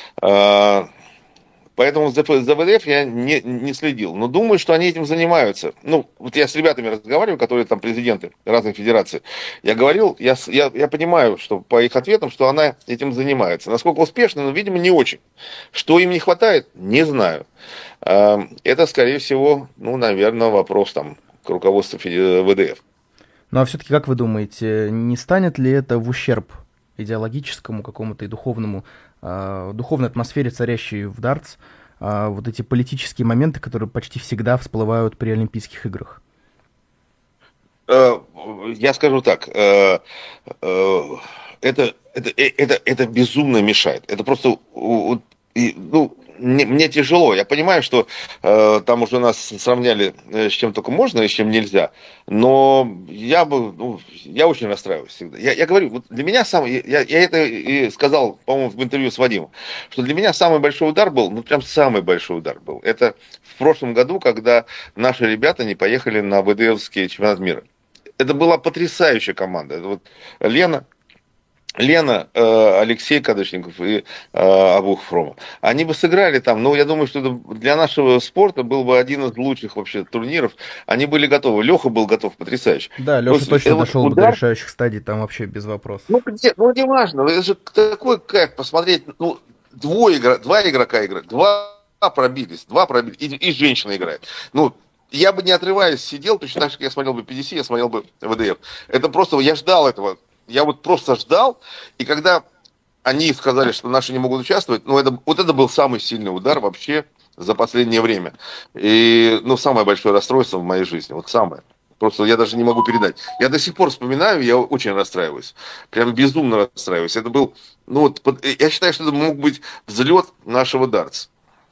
[SPEAKER 2] Поэтому за ВДФ я не следил. Но думаю, что они этим занимаются. Ну, вот я с ребятами разговариваю, которые там президенты разных федераций. Я говорил, я понимаю, что по их ответам, что она этим занимается. Насколько успешно, но, видимо, не очень. Что им не хватает, не знаю. Это, скорее всего, ну, наверное, вопрос там к руководству ВДФ.
[SPEAKER 1] Ну, а все-таки, как вы думаете, не станет ли это в ущерб идеологическому какому-то и духовной атмосфере, царящей в дартс, вот эти политические моменты, которые почти всегда всплывают при Олимпийских играх?
[SPEAKER 2] Я скажу так, это безумно мешает. Это просто, ну, мне тяжело. Я понимаю, что там уже нас сравняли с чем только можно и с чем нельзя. Но я очень расстраиваюсь всегда. Я говорю, вот для меня я это и сказал, по-моему, в интервью с Вадимом, что для меня самый большой удар был, ну прям самый большой удар был. Это в прошлом году, когда наши ребята не поехали на ВДФский чемпионат мира. Это была потрясающая команда. Это вот Лена, Алексей Кадочников и Абух Фрома. Они бы сыграли там, но я думаю, что это для нашего спорта был бы один из лучших вообще турниров. Они были готовы. Леха был готов потрясающе.
[SPEAKER 1] Да, Леша точно дошел до решающих стадий, там вообще без вопросов.
[SPEAKER 2] Ну не важно, это же такой кайф посмотреть, ну, два игрока играют, два пробились, и женщина играет. Ну, я бы не отрываясь сидел, точно так же, как я смотрел бы PDC, я смотрел бы ВДФ. Это просто, я ждал этого. Я вот просто ждал, и когда они сказали, что наши не могут участвовать, ну, это был самый сильный удар вообще за последнее время. И, ну, самое большое расстройство в моей жизни, вот самое. Просто я даже не могу передать. Я до сих пор вспоминаю, я очень расстраиваюсь. Прям безумно расстраиваюсь. Это был, ну, вот, я считаю, что это мог быть взлет нашего дартса.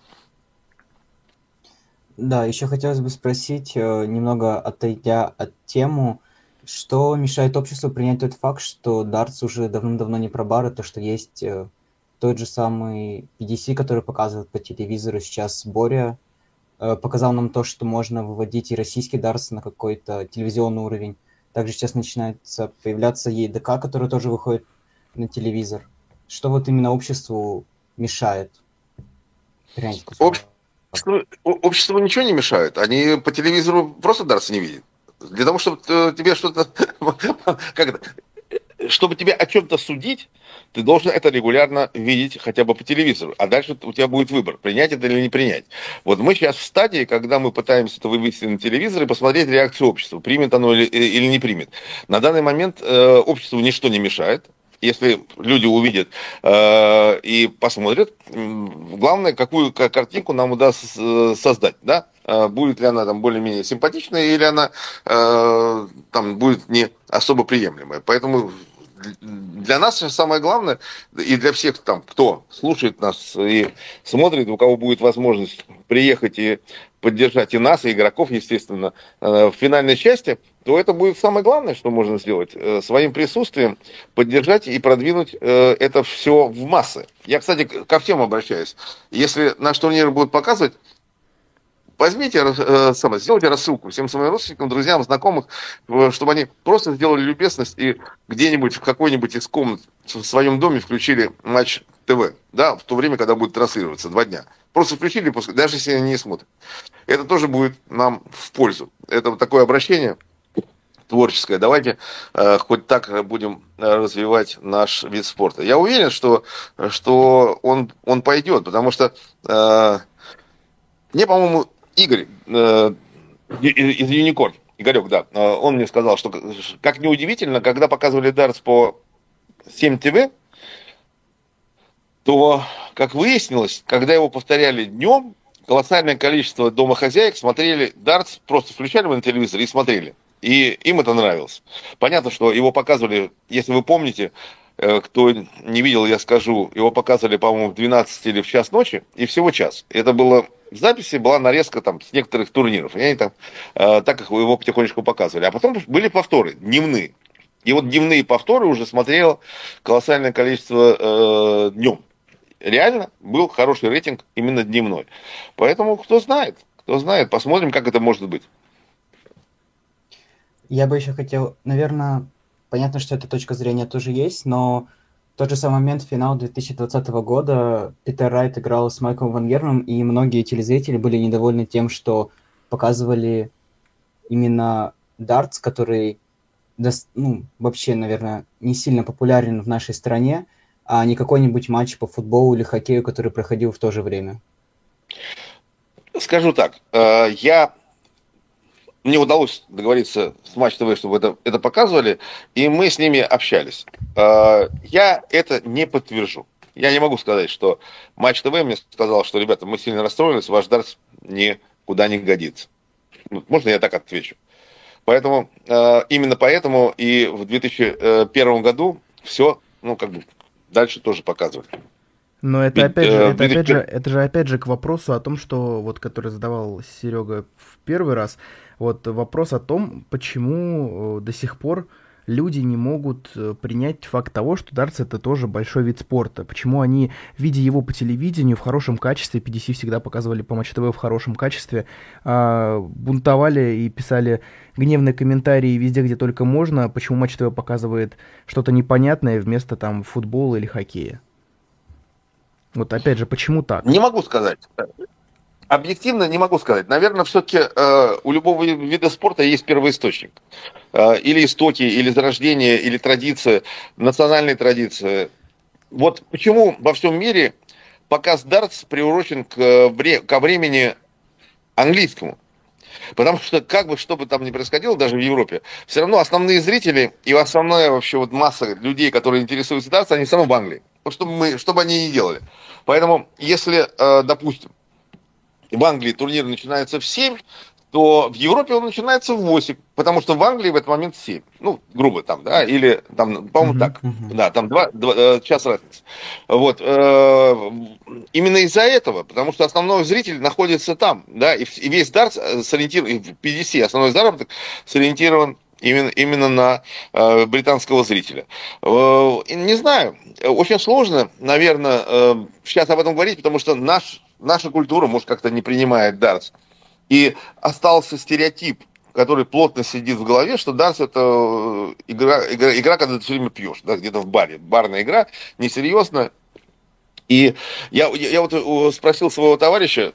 [SPEAKER 3] Да, еще хотелось бы спросить, немного отойдя от темы, что мешает обществу принять тот факт, что дартс уже давным-давно не про бары, то, что есть тот же самый PDC, который показывает по телевизору сейчас Боря, показал нам то, что можно выводить и российский дартс на какой-то телевизионный уровень. Также сейчас начинается появляться ЕДК, который тоже выходит на телевизор. Что вот именно обществу мешает принять этот факт?
[SPEAKER 2] Обществу ничего не мешает. Они по телевизору просто дартс не видят. Для того, чтобы тебе что-то... Как это? чтобы тебе о чем-то судить, ты должен это регулярно видеть хотя бы по телевизору. А дальше у тебя будет выбор, принять это или не принять. Вот мы сейчас в стадии, когда мы пытаемся это вывести на телевизор и посмотреть реакцию общества, примет оно или не примет. На данный момент обществу ничто не мешает. Если люди увидят и посмотрят, главное, какую картинку нам удастся создать, да? Будет ли она там более-менее симпатичная, или она там будет не особо приемлемая. Поэтому для нас самое главное, и для всех там, кто слушает нас и смотрит, у кого будет возможность приехать и поддержать и нас, и игроков, естественно, в финальной части, то это будет самое главное, что можно сделать. Своим присутствием поддержать и продвинуть это все в массы. Я, кстати, ко всем обращаюсь. Если наш турнир будут показывать, возьмите, сделайте рассылку всем своим родственникам, друзьям, знакомых, чтобы они просто сделали любезность и где-нибудь в какой-нибудь из комнат в своем доме включили Матч ТВ, да, в то время, когда будет транслироваться 2 дня. Просто включили, даже если они не смотрят. Это тоже будет нам в пользу. Это вот такое обращение творческое. Давайте хоть так будем развивать наш вид спорта. Я уверен, что он пойдет, потому что мне, по-моему, Игорь из Юникорн, Игорек, да, он мне сказал, что, как неудивительно, когда показывали дартс по 7 ТВ, то, как выяснилось, когда его повторяли днем, колоссальное количество домохозяек смотрели дартс, просто включали его на телевизор и смотрели. И им это нравилось. Понятно, что его показывали, если вы помните, кто не видел, я скажу, его показывали, по-моему, в 12 или в час ночи, и всего час. Это было в записи, была нарезка там с некоторых турниров. И они там так их его потихонечку показывали. А потом были повторы, дневные. И вот дневные повторы уже смотрело колоссальное количество днем. Реально был хороший рейтинг именно дневной. Поэтому кто знает, посмотрим, как это может быть.
[SPEAKER 3] Я бы еще хотел, наверное, понятно, что эта точка зрения тоже есть, но в тот же самый момент финал 2020 года Питер Райт играл с Майклом Ван Герном, и многие телезрители были недовольны тем, что показывали именно дартс, который вообще, наверное, не сильно популярен в нашей стране, а не какой-нибудь матч по футболу или хоккею, который проходил в то же время.
[SPEAKER 2] Скажу так, мне удалось договориться с Матч ТВ, чтобы это показывали, и мы с ними общались. Я это не подтвержу. Я не могу сказать, что Матч ТВ мне сказал, что, ребята, мы сильно расстроились, ваш дартс никуда не годится. Можно я так отвечу? Поэтому, именно поэтому и в 2001 году все, дальше тоже показывали.
[SPEAKER 1] Но это опять же к вопросу о том, что вот который задавал Серега в первый раз, вот вопрос о том, почему до сих пор люди не могут принять факт того, что дартс это тоже большой вид спорта. Почему они, видя его по телевидению в хорошем качестве, PDC всегда показывали по Матч ТВ в хорошем качестве, бунтовали и писали гневные комментарии везде, где только можно, почему Матч ТВ показывает что-то непонятное вместо там футбола или хоккея. Вот опять же, почему так?
[SPEAKER 2] Не могу сказать. Объективно не могу сказать. Наверное, все-таки у любого вида спорта есть первоисточник. Или истоки, или зарождение, или традиция, национальные традиции. Вот почему во всем мире показ дартс приурочен ко времени английскому. Потому что, что бы там ни происходило, даже в Европе, все равно основные зрители и основная вообще вот масса людей, которые интересуются дартс, они все равно в Англии. Вот чтобы они ни делали. Поэтому, если, допустим, в Англии турнир начинается в 7, то в Европе он начинается в 8, потому что в Англии в этот момент 7. Грубо там, да, или там, по-моему, так. Да, там 2 час разницы. Вот. Именно из-за этого, потому что основной зритель находится там, да, и весь дартс сориентирован, PDC, основной заработок сориентирован именно на британского зрителя. Не знаю, очень сложно, наверное, сейчас об этом говорить, потому что наша культура, может, как-то не принимает дартс. И остался стереотип, который плотно сидит в голове, что дартс это игра, когда ты все время пьешь, да, где-то в баре. Барная игра, несерьезно. И я вот спросил своего товарища,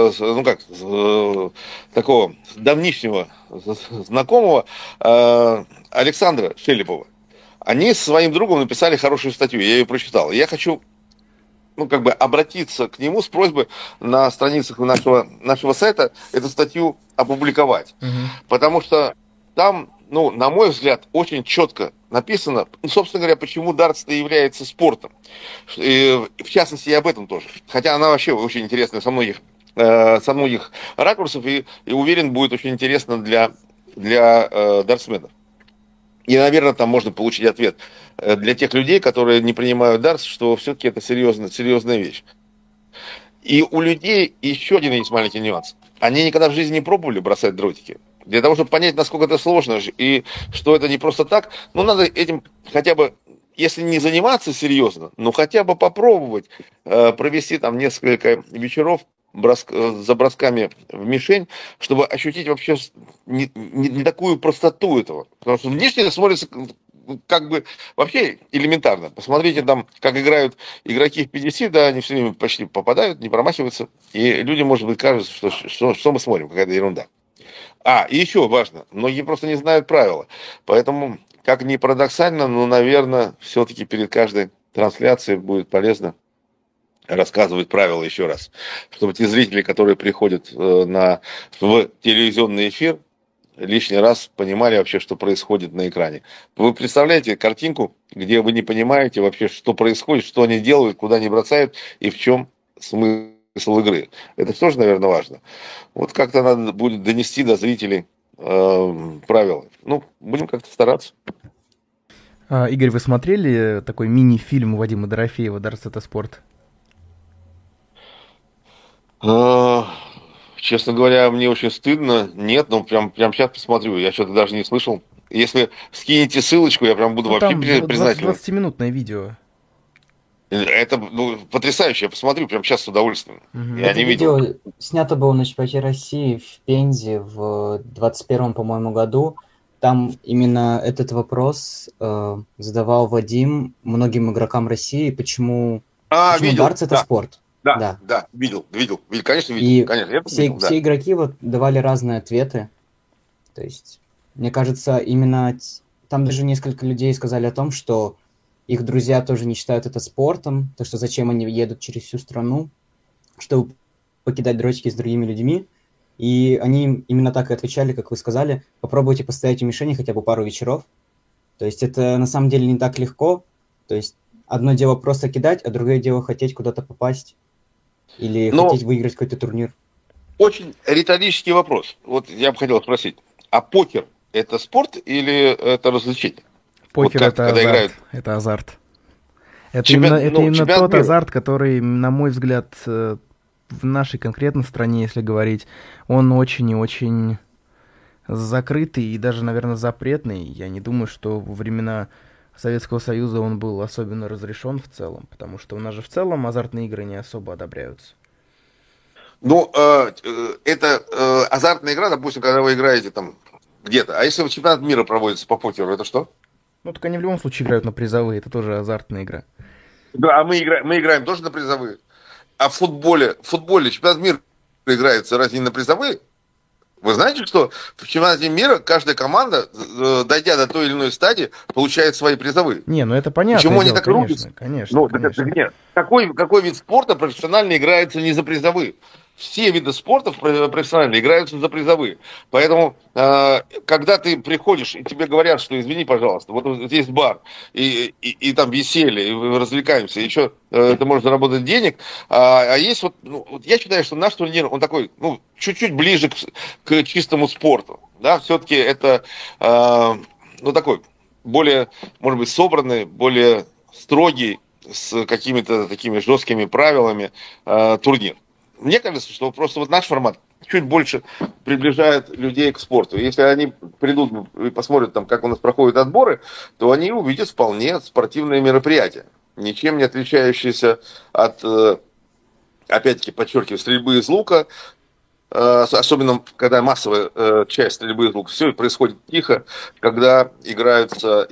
[SPEAKER 2] такого давнишнего знакомого, Александра Шелепова. Они со своим другом написали хорошую статью, я ее прочитал. Я хочу, обратиться к нему с просьбой на страницах нашего сайта эту статью опубликовать. Потому что там, на мой взгляд, очень четко написано, собственно говоря, почему дартс-то является спортом. И, в частности, и об этом тоже. Хотя она вообще очень интересная со многих ракурсов, и уверен, будет очень интересно для дартсменов. И, наверное, там можно получить ответ для тех людей, которые не принимают дартс, что все-таки это серьезная вещь. И у людей еще один есть маленький нюанс. Они никогда в жизни не пробовали бросать дротики. Для того, чтобы понять, насколько это сложно, и что это не просто так, надо этим хотя бы, если не заниматься серьезно, хотя бы попробовать провести там несколько вечеров за бросками в мишень, чтобы ощутить вообще не такую простоту этого. Потому что внешне это смотрится как бы вообще элементарно. Посмотрите там, как играют игроки в PDC, да, они все время почти попадают, не промахиваются. И людям, может быть, кажется, что мы смотрим, какая-то ерунда. И еще важно, многие просто не знают правила. Поэтому, как ни парадоксально, наверное, все-таки перед каждой трансляцией будет полезно рассказывать правила еще раз, чтобы те зрители, которые приходят в телевизионный эфир, лишний раз понимали вообще, что происходит на экране. Вы представляете картинку, где вы не понимаете вообще, что происходит, что они делают, куда они бросают и в чем смысл игры. Это тоже, наверное, важно. Вот как-то надо будет донести до зрителей правила. Будем как-то стараться.
[SPEAKER 1] Игорь, вы смотрели такой мини-фильм Вадима Дорофеева «Дартс — это спорт»?
[SPEAKER 2] Честно говоря, мне очень стыдно. Нет, прям сейчас посмотрю. Я что-то даже не слышал. Если скинете ссылочку, я прям буду вообще признателен.
[SPEAKER 1] 20-минутное видео.
[SPEAKER 2] Это потрясающе. Я посмотрю прям сейчас с удовольствием.
[SPEAKER 3] Я не видел. Видео снято было на чемпионате России в Пензе в 21-м, по-моему, году. Там именно этот вопрос задавал Вадим многим игрокам России, почему дартс — это спорт.
[SPEAKER 2] Да, видел, конечно, видел.
[SPEAKER 3] И конечно, все игроки давали разные ответы. То есть, мне кажется, именно там даже несколько людей сказали о том, что их друзья тоже не считают это спортом, то что зачем они едут через всю страну, чтобы покидать дротики с другими людьми. И они именно так и отвечали, как вы сказали, попробуйте постоять у мишени хотя бы пару вечеров. То есть это на самом деле не так легко. То есть одно дело просто кидать, а другое дело хотеть куда-то попасть. Или хотеть выиграть какой-то турнир?
[SPEAKER 2] Очень риторический вопрос. Вот я бы хотел спросить. А покер – это спорт или это развлечение?
[SPEAKER 1] Покер это азарт. Это азарт. Это именно тот азарт, который, на мой взгляд, в нашей конкретно стране, если говорить, он очень и очень закрытый и даже, наверное, запретный. Я не думаю, что во времена Советского Союза он был особенно разрешен в целом, потому что у нас же в целом азартные игры не особо одобряются.
[SPEAKER 2] Это азартная игра, допустим, когда вы играете там где-то. А если чемпионат мира проводится по покеру, это что?
[SPEAKER 1] Так они в любом случае играют на призовые, это тоже азартная игра.
[SPEAKER 2] Да, а мы играем тоже на призовые. А в футболе чемпионат мира играется разве не на призовые? Вы знаете, что в чемпионате мира каждая команда, дойдя до той или иной стадии, получает свои призовые?
[SPEAKER 1] Это понятно.
[SPEAKER 2] Почему они так рубятся?
[SPEAKER 1] Конечно.
[SPEAKER 2] Какой вид спорта профессионально играется не за призовые? Все виды спорта профессионально играются за призовые. Поэтому, когда ты приходишь, и тебе говорят, что извини, пожалуйста, вот здесь бар, и там веселье, и развлекаемся, еще ты можешь заработать денег. А есть я считаю, что наш турнир, он такой, чуть-чуть ближе к чистому спорту. Да, все-таки это, такой, более, может быть, собранный, более строгий, с какими-то такими жесткими правилами турнир. Мне кажется, что просто наш формат чуть больше приближает людей к спорту. Если они придут и посмотрят, как у нас проходят отборы, то они увидят вполне спортивное мероприятие. Ничем не отличающееся от, опять-таки, подчеркиваю, стрельбы из лука, особенно когда массовая часть стрельбы из лука, все происходит тихо, когда играются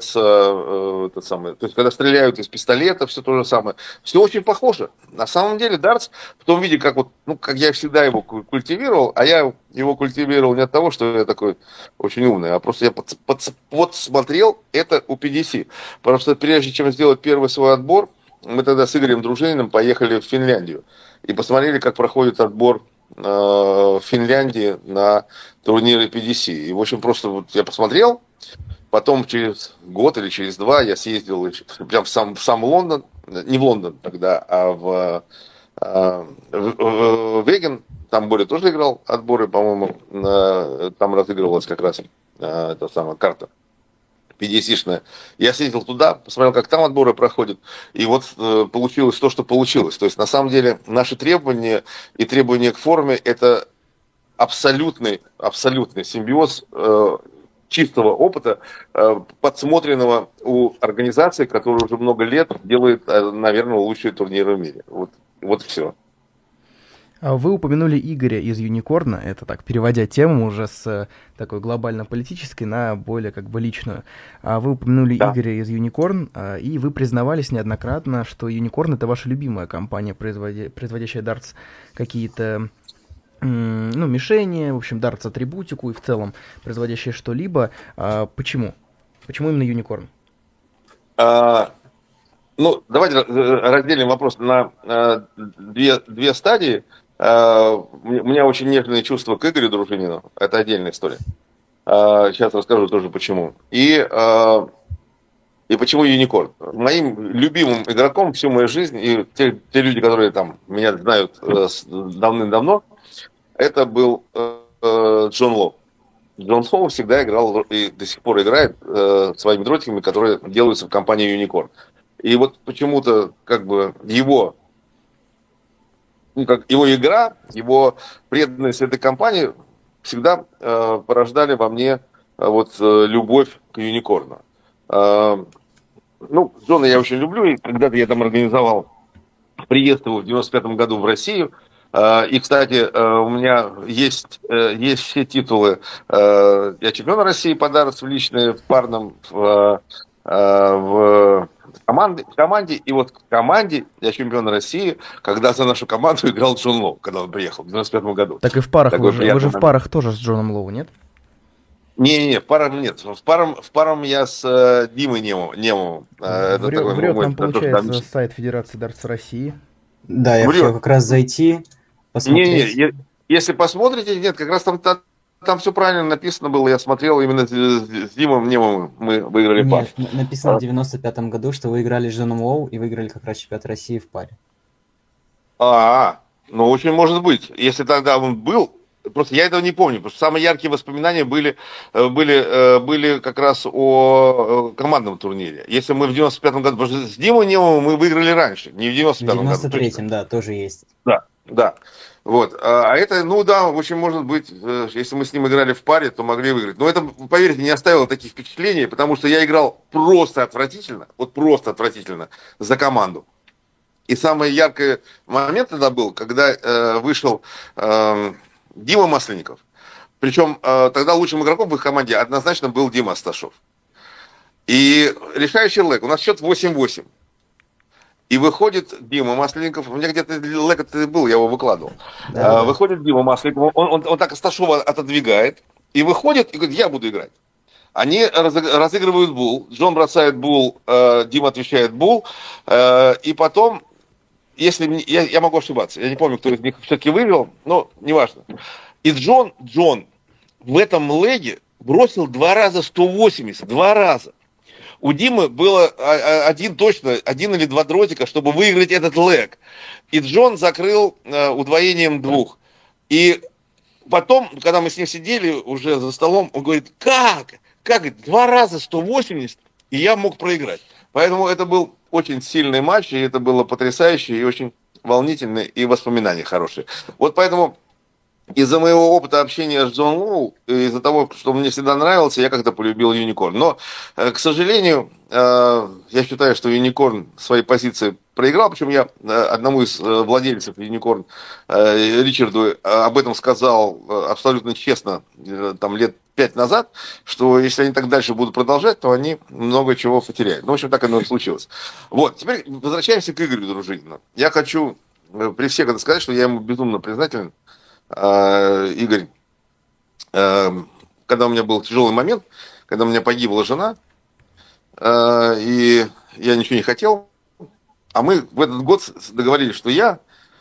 [SPEAKER 2] то есть когда стреляют из пистолета, все то же самое. Все очень похоже. На самом деле дартс в том виде, как как я всегда его культивировал, а я его культивировал не от того, что я такой очень умный, а просто я подсмотрел это у PDC. Потому что прежде чем сделать первый свой отбор, мы тогда с Игорем Дружининым поехали в Финляндию и посмотрели, как проходит отбор в Финляндии на турниры PDC. И, в общем, просто я посмотрел, потом через год или через два я съездил прям в сам Лондон, не в Лондон тогда, а в Веген, там Боря тоже играл отборы, по-моему, там разыгрывалась как раз эта самая карта PDC-шная. Я съездил туда, посмотрел, как там отборы проходят, и получилось то, что получилось. То есть, на самом деле, наши требования и требования к форме – это абсолютный симбиоз чистого опыта, подсмотренного у организации, которая уже много лет делает, наверное, лучшие турниры в мире. Вот все.
[SPEAKER 1] Вы упомянули Игоря из Юникорна, это так, переводя тему уже с такой глобально-политической на более как бы личную. Вы упомянули Игоря из Юникорн, и вы признавались неоднократно, что Юникорн — это ваша любимая компания, производящая дартс какие-то мишени, в общем, дартс-атрибутику и в целом производящая что-либо. Почему? Почему именно Юникорн?
[SPEAKER 2] Давайте разделим вопрос на две стадии. У меня очень нежные чувства к Игорю Дружинину. Это отдельная история. Сейчас расскажу тоже почему. И почему Юникорн. Моим любимым игроком всю мою жизнь, и те люди, которые там меня знают давным-давно, это был Джон Лоу. Джон Лоу всегда играл и до сих пор играет своими дротиками, которые делаются в компании Юникорн. И вот почему-то как бы его игра, его преданность этой компании всегда порождали во мне любовь к Юникорну. Джона я очень люблю, и когда-то я там организовал приезд его в 95-м году в Россию. И, кстати, у меня есть все титулы. Я чемпион России по дартсу в личной, в парном, в команде. И вот в команде я чемпион России, когда за нашу команду играл Джон Лоу, когда он приехал в 95-м году.
[SPEAKER 1] Так и в парах вы же в парах тоже с Джоном Лоу, нет?
[SPEAKER 2] Не, в парах нет. В парам я с Димой Немовым.
[SPEAKER 1] Врет нам, получается, сайт Федерации дартса России.
[SPEAKER 3] Да, я хотел как раз зайти, посмотреть.
[SPEAKER 2] Не, если посмотрите, нет, как раз там все правильно написано было. Я смотрел именно с Димом Немовым. Мы выиграли пар.
[SPEAKER 3] Нет, написано в 95-м году, что вы играли с Джоном Лоу и выиграли как раз чемпионат России в паре.
[SPEAKER 2] Очень может быть. Если тогда он был, просто я этого не помню, потому что самые яркие воспоминания были как раз о командном турнире. Если мы в 95-м году, потому что с Димой Немовым мы выиграли раньше, не в 95-м году.
[SPEAKER 3] В 93-м, да, тоже есть.
[SPEAKER 2] Да. Вот. А это, в общем, может быть, если мы с ним играли в паре, то могли выиграть. Но это, поверьте, не оставило таких впечатлений, потому что я играл просто отвратительно за команду. И самый яркий момент тогда был, когда вышел Дима Масленников. Причем тогда лучшим игроком в их команде однозначно был Дима Асташов. И решающий лэг. У нас счет 8-8. И выходит Дима Масленников. У меня где-то лэг это был, я его выкладывал. Да. Выходит Дима Масленников. Он так Асташова отодвигает. И выходит и говорит, я буду играть. Они разыгрывают бул. Джон бросает бул, Дима отвечает бул. И потом, если я могу ошибаться, я не помню, кто из них все-таки выиграл, но неважно. И Джон в этом лэге бросил 2 раза 180. 2 раза. У Димы было один или 2 дротика, чтобы выиграть этот лэг. И Джон закрыл удвоением 2. И потом, когда мы с ним сидели уже за столом, он говорит, как? 2 раза 180, и я мог проиграть. Поэтому это был очень сильный матч, и это было потрясающе, и очень волнительно, и воспоминания хорошие. Вот поэтому из-за моего опыта общения с Джон Лоу, из-за того, что мне всегда нравился, я как-то полюбил Юникорн. Но, к сожалению, я считаю, что Юникорн свои позиции проиграл. Причем я одному из владельцев Юникорн, Ричарду, об этом сказал абсолютно честно, там лет 5 назад, что если они так дальше будут продолжать, то они много чего потеряют. Ну, в общем, так оно и случилось. Вот, теперь возвращаемся к Игорю Дружинину. Я хочу при всех это сказать, что я ему безумно признателен. Игорь, когда у меня был тяжелый момент, когда у меня погибла жена, и я ничего не хотел, а мы в этот год договорились, что я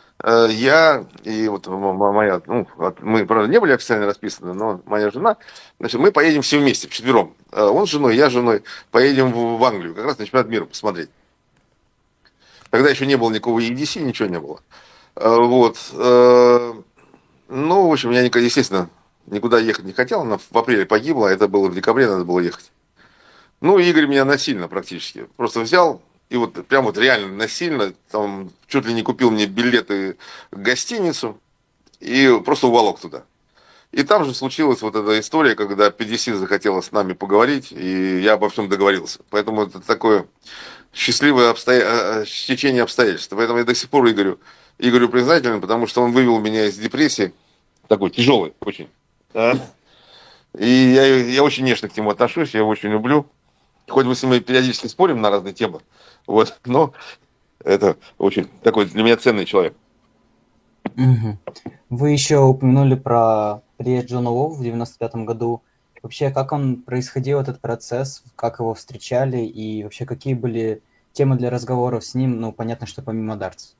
[SPEAKER 2] и вот моя, ну, мы, правда, не были официально расписаны, но моя жена, значит, мы поедем все вместе, вчетвером. Он с женой, я с женой, поедем в Англию, как раз на чемпионат мира посмотреть. Тогда еще не было никакого EDC, ничего не было. Вот. Ну, в общем, я, естественно, никуда ехать не хотел. Она в апреле погибла, это было в декабре, надо было ехать. Ну, Игорь меня насильно практически просто взял, и вот прям вот реально насильно, там, чуть ли не купил мне билеты в гостиницу, и просто уволок туда. И там же случилась вот эта история, когда PDC захотела с нами поговорить, и я обо всем договорился. Поэтому это такое счастливое стечение обстоятельств. Поэтому я до сих пор Игорю признателен, потому что он вывел меня из депрессии, такой тяжелый очень. Да? И я очень нежно к нему отношусь, я его очень люблю. Хоть мы с ним периодически спорим на разные темы, вот, но это очень такой для меня ценный человек.
[SPEAKER 3] Угу. Вы еще упомянули про приезд Джона Лоу в 95-м году. Вообще, как он происходил, этот процесс, как его встречали, и вообще какие были темы для разговоров с ним, ну, понятно, что помимо дартс.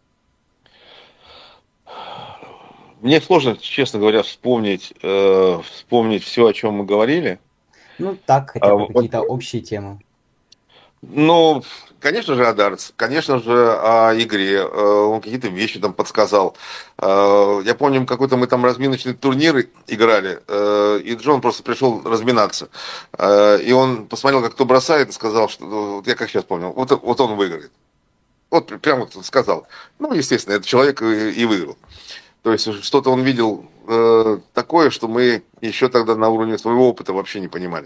[SPEAKER 2] Мне сложно, честно говоря, вспомнить все, о чем мы говорили.
[SPEAKER 3] Ну, так, хотя бы какие-то общие темы.
[SPEAKER 2] Ну, конечно же, о дартс, конечно же, о игре. Он какие-то вещи там подсказал. Я помню, какой-то мы там разминочный турнир играли, и Джон просто пришел разминаться. И он посмотрел, как кто бросает, и сказал, что, вот я как сейчас помню, вот он выиграет. Вот прям вот сказал. Ну, естественно, этот человек и выиграл. То есть что-то он видел такое, что мы еще тогда на уровне своего опыта вообще не понимали.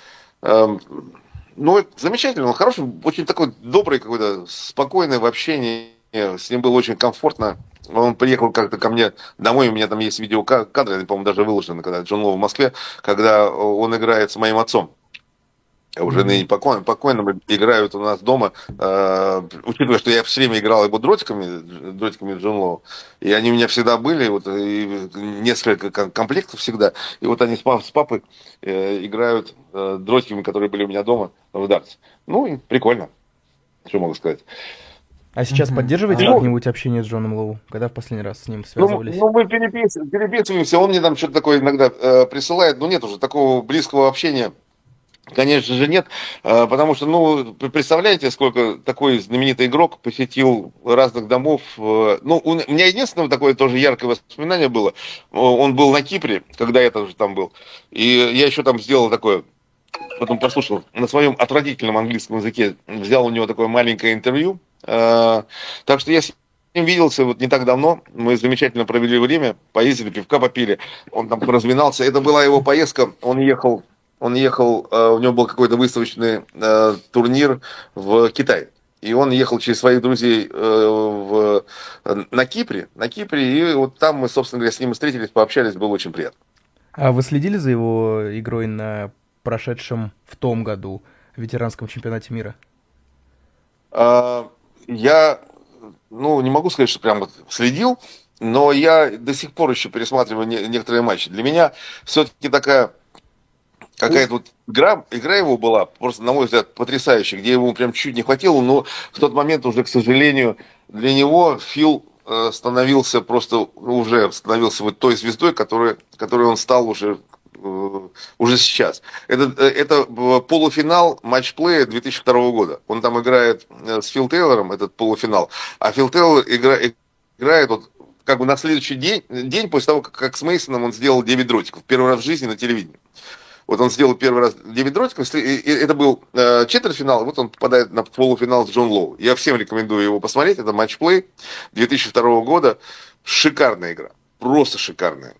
[SPEAKER 2] Ну, это замечательно, он хороший, очень такой добрый какой-то, спокойный в общении, с ним было очень комфортно. Он приехал как-то ко мне домой, у меня там есть видеокадры, они, по-моему, даже выложены, когда Джон Лоу в Москве, когда он играет с моим отцом. Уже ныне покойным играют у нас дома, учитывая, что я все время играл его дротиками Джон Лоу, и они у меня всегда были, вот, и несколько комплектов всегда, и вот они с папой играют дротиками, которые были у меня дома в дартс. Ну, и прикольно, что могу сказать.
[SPEAKER 1] А сейчас поддерживаете как-нибудь общение с Джоном Лоу? Когда в последний раз с ним связывались?
[SPEAKER 2] Ну мы переписываемся, он мне там что-то такое иногда присылает, но нет уже такого близкого общения. Конечно же нет, потому что, ну, представляете, сколько такой знаменитый игрок посетил разных домов. Ну, у меня единственное такое тоже яркое воспоминание было. Он был на Кипре, когда я тоже там был. И я еще там сделал такое, потом послушал, на своем отвратительном английском языке, взял у него такое маленькое интервью. Так что я с ним виделся вот не так давно. Мы замечательно провели время, поездили, пивка попили. Он там разминался. Это была его поездка, он ехал, у него был какой-то выставочный турнир в Китае. И он ехал через своих друзей на Кипре, и вот там мы, собственно говоря, с ним встретились, пообщались, было очень приятно. А
[SPEAKER 1] вы следили за его игрой на прошедшем в том году ветеранском чемпионате мира?
[SPEAKER 2] Я, не могу сказать, что прям вот следил, но я до сих пор еще пересматриваю некоторые матчи. Для меня все-таки такая... Какая-то вот игра его была, просто, на мой взгляд, потрясающая, где ему прям чуть не хватило, но в тот момент уже, к сожалению, для него Фил становился вот той звездой, которой он стал уже сейчас. Это полуфинал матчплея 2002 года. Он там играет с Фил Тейлором, этот полуфинал, а Фил Тейлор играет вот как бы на следующий день после того, как с Мейсоном он сделал 9 дротиков, первый раз в жизни на телевидении. Вот он сделал первый раз 9 дротиков, и это был четвертьфинал, и вот он попадает на полуфинал с Джон Лоу. Я всем рекомендую его посмотреть, это матчплей 2002 года. Шикарная игра, просто шикарная.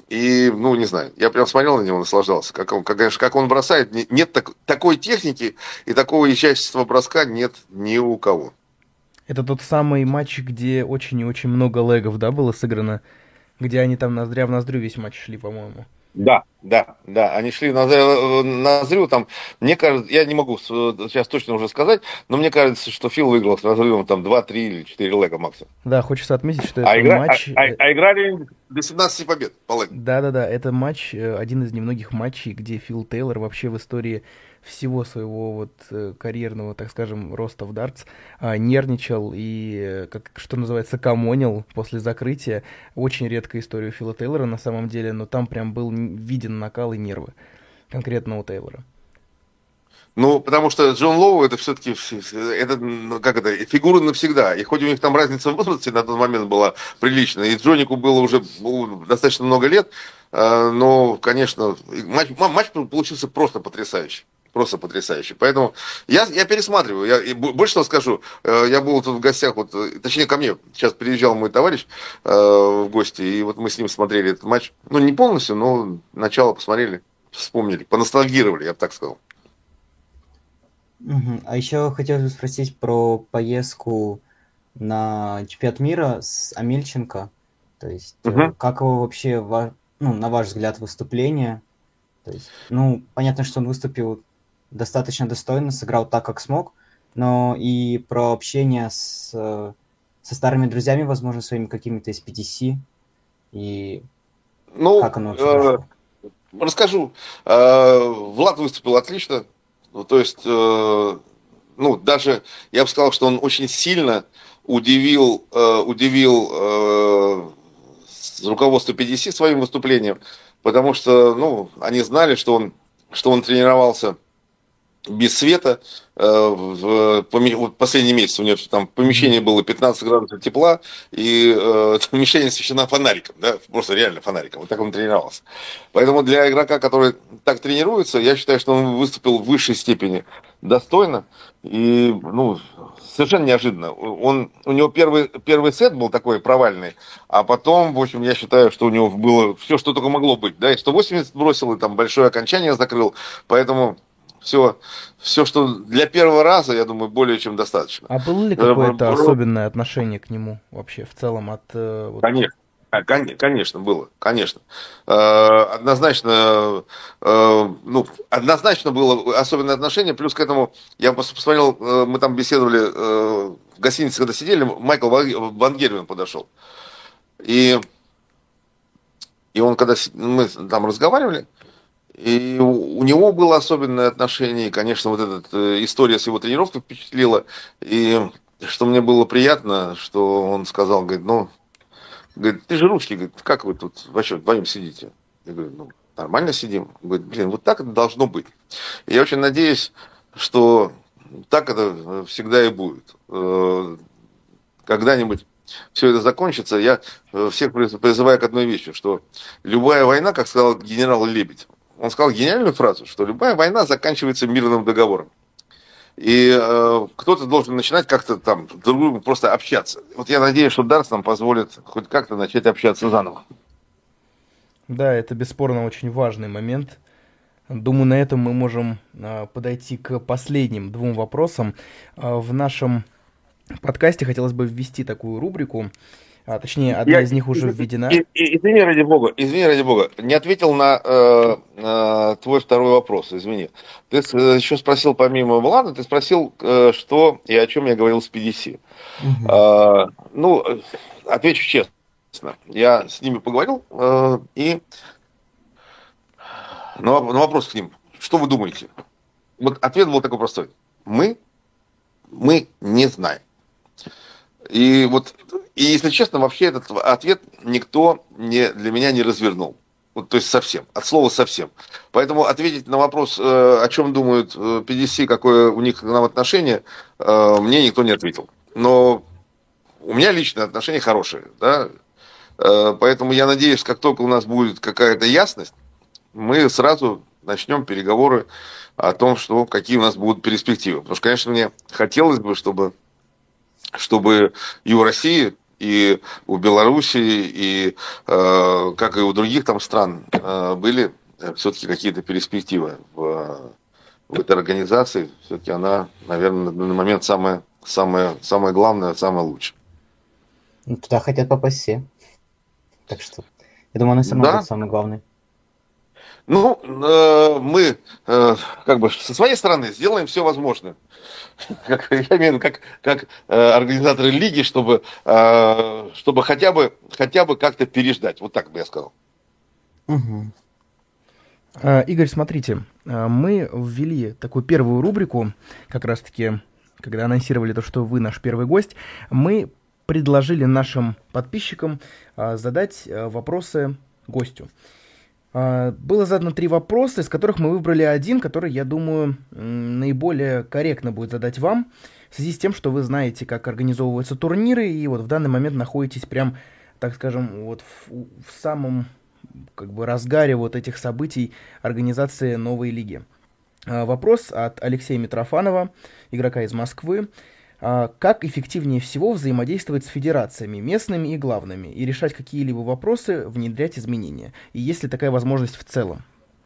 [SPEAKER 2] И, ну, не знаю, я прям смотрел на него, наслаждался. Как он бросает, нет такой техники и такого изящества броска нет ни у кого.
[SPEAKER 1] Это тот самый матч, где очень и очень много лэгов, да, было сыграно? Где они там ноздря в ноздрю весь матч шли, по-моему.
[SPEAKER 2] Да, да, да, они шли на взрыв, там, мне кажется, я не могу сейчас точно уже сказать, но мне кажется, что Фил выиграл с разрывом там 2, 3 или 4 лэга максимум.
[SPEAKER 1] Да, хочется отметить, что это матч...
[SPEAKER 2] играли до 17 побед по лэгу.
[SPEAKER 1] Да-да-да, это матч, один из немногих матчей, где Фил Тейлор вообще в истории всего своего вот карьерного, так скажем, роста в дартс нервничал и, как, что называется, камонил после закрытия. Очень редкая история у Фила Тейлора на самом деле, но там прям был виден накал и нервы конкретно у Тейлора.
[SPEAKER 2] Ну, потому что Джон Лоу это все-таки это, как это, фигура навсегда. И хоть у них там разница в возрасте на тот момент была приличная, и Джонику было уже достаточно много лет, но, конечно, матч получился просто потрясающий. Просто потрясающий. Поэтому я пересматриваю. Я больше того скажу. Я был тут в гостях, вот, точнее, ко мне сейчас приезжал мой товарищ в гости, и вот мы с ним смотрели этот матч. Ну, не полностью, но начало посмотрели, вспомнили, поностальгировали, я бы так сказал.
[SPEAKER 3] А еще хотелось бы спросить про поездку на чемпионат мира с Амельченко. То есть, как его вообще, ну, на ваш взгляд, выступление? То есть, ну, понятно, что он выступил достаточно достойно, сыграл так, как смог, но и про общение со старыми друзьями, возможно, своими какими-то из PTC, и как оно вообще прошло?
[SPEAKER 2] Расскажу. Влад выступил отлично. Ну, то есть, ну, даже я бы сказал, что он очень сильно удивил руководство PDC своим выступлением, потому что, ну, они знали, что он тренировался без света. Вот последний месяц у него там в помещении было 15 градусов тепла, и помещение освещено фонариком, да, просто реально фонариком. Вот так он тренировался. Поэтому для игрока, который так тренируется, я считаю, что он выступил в высшей степени достойно и, ну, совершенно неожиданно. У него первый сет был такой провальный, а потом, в общем, я считаю, что у него было все, что только могло быть. Да, и 180 бросил, и там большое окончание закрыл, поэтому... Все, что для первого раза, я думаю, более чем достаточно.
[SPEAKER 1] А было ли какое-то особенное отношение к нему вообще в целом от...
[SPEAKER 2] Конечно, было, конечно. Однозначно было особенное отношение. Плюс к этому, я посмотрел, мы там беседовали в гостинице, когда сидели, Майкл Ван Гервен подошел. И он, когда мы там разговаривали, и у него было особенное отношение, и, конечно, вот эта история с его тренировкой впечатлила. И что мне было приятно, что он сказал, говорит, ты же русский, говорит, как вы тут вообще вдвоем сидите? Я говорю, ну, нормально сидим. Он говорит, блин, вот так это должно быть. И я очень надеюсь, что так это всегда и будет. Когда-нибудь все это закончится. Я всех призываю к одной вещи, что любая война, как сказал генерал Лебедь, он сказал гениальную фразу, что любая война заканчивается мирным договором. И кто-то должен начинать как-то там друг с другом просто общаться. Вот я надеюсь, что дартс нам позволит хоть как-то начать общаться заново.
[SPEAKER 1] Да, это бесспорно очень важный момент. Думаю, на этом мы можем подойти к последним двум вопросам. В нашем подкасте хотелось бы ввести такую рубрику. Точнее, одна из них уже введена.
[SPEAKER 2] Извини, ради бога, не ответил на твой второй вопрос, извини. Ты еще спросил, помимо Влада, ты спросил, что и о чем я говорил с PDC. Ну, отвечу честно, я с ними поговорил, и на вопрос к ним, что вы думаете? Вот ответ был такой простой. Мы не знаем. И вот, и если честно, вообще этот ответ никто для меня не развернул. Вот, то есть совсем, от слова совсем. Поэтому ответить на вопрос, о чем думают PDC, какое у них к нам отношение, мне никто не ответил. Но у меня личные отношения хорошие, да. Поэтому я надеюсь, как только у нас будет какая-то ясность, мы сразу начнем переговоры о том, какие у нас будут перспективы. Потому что, конечно, мне хотелось бы, чтобы и у России и у Белоруссии, и как и у других там стран были все-таки какие-то перспективы в этой организации. Все-таки она, наверное, на данный момент самое главное, самое лучшее.
[SPEAKER 3] Ну, туда хотят попасть все. Так что, я думаю, она все равно
[SPEAKER 2] Да.
[SPEAKER 3] будет самой главной.
[SPEAKER 2] Ну, мы как бы со своей стороны сделаем все возможное. Я имею в виду, как организаторы лиги, чтобы хотя бы как-то переждать. Вот так бы я сказал.
[SPEAKER 3] Угу.
[SPEAKER 1] Игорь, смотрите, мы ввели такую первую рубрику, как раз-таки, когда анонсировали то, что вы наш первый гость, мы предложили нашим подписчикам задать вопросы гостю. Было задано 3 вопроса, из которых мы выбрали один, который, я думаю, наиболее корректно будет задать вам, в связи с тем, что вы знаете, как организовываются турниры, и вот в данный момент находитесь прям, так скажем, вот в самом как бы разгаре вот этих событий организации новой лиги. Вопрос от Алексея Митрофанова, игрока из Москвы. Как эффективнее всего взаимодействовать с федерациями, местными и главными, и решать какие-либо вопросы, внедрять изменения? И есть ли такая возможность в целом?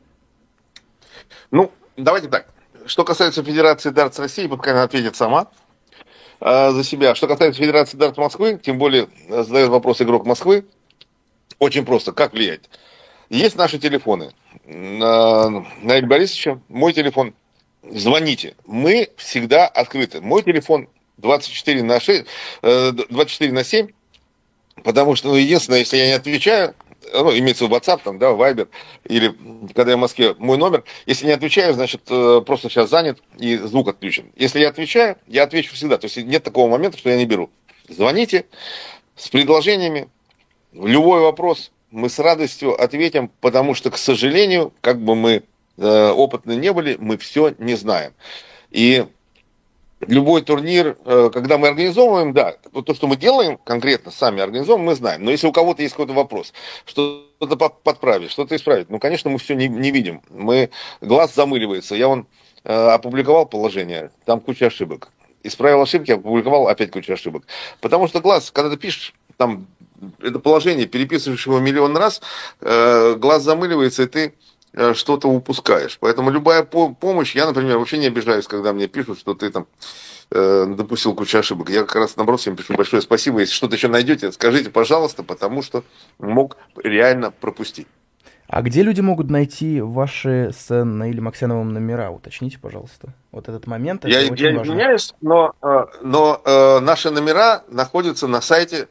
[SPEAKER 2] Ну, давайте так. Что касается Федерации дартс России, пускай она ответит сама за себя. Что касается Федерации дартс Москвы, тем более задает вопрос игрок Москвы, очень просто. Как влиять? Есть наши телефоны. Наиль Борисовича, мой телефон. Звоните. Мы всегда открыты. Мой телефон 24 на 6, 24 на 7, потому что, единственное, если я не отвечаю, имеется в виду WhatsApp, там, да, Viber, или когда я в Москве, мой номер, если не отвечаю, значит, просто сейчас занят и звук отключен. Если я отвечаю, я отвечу всегда, то есть нет такого момента, что я не беру. Звоните с предложениями, в любой вопрос мы с радостью ответим, потому что, к сожалению, как бы мы опытны не были, мы все не знаем. И любой турнир, когда мы организовываем, да, вот то, что мы делаем, конкретно сами организовываем, мы знаем. Но если у кого-то есть какой-то вопрос, что-то подправить, что-то исправить, конечно, мы все не видим. Глаз замыливается. Я опубликовал положение, там куча ошибок. Исправил ошибки, опубликовал, опять куча ошибок. Потому что глаз, когда ты пишешь, там, это положение, переписываешь его миллион раз, глаз замыливается, и ты что-то упускаешь. Поэтому любая помощь, я, например, вообще не обижаюсь, когда мне пишут, что ты там допустил кучу ошибок. Я как раз наоборот всем пишу большое спасибо. Если что-то еще найдете, скажите, пожалуйста, потому что мог реально пропустить.
[SPEAKER 1] А где люди могут найти ваши с Наилем Аксеновым номера? Уточните, пожалуйста. Вот этот момент.
[SPEAKER 2] Я извиняюсь, но наши номера находятся на сайте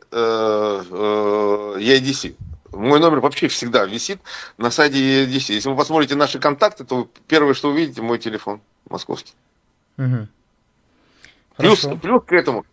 [SPEAKER 2] EIDC. Мой номер вообще всегда висит на сайте EIDC. Если вы посмотрите наши контакты, то первое, что увидите, мой телефон московский.
[SPEAKER 1] Угу.
[SPEAKER 2] Плюс к этому,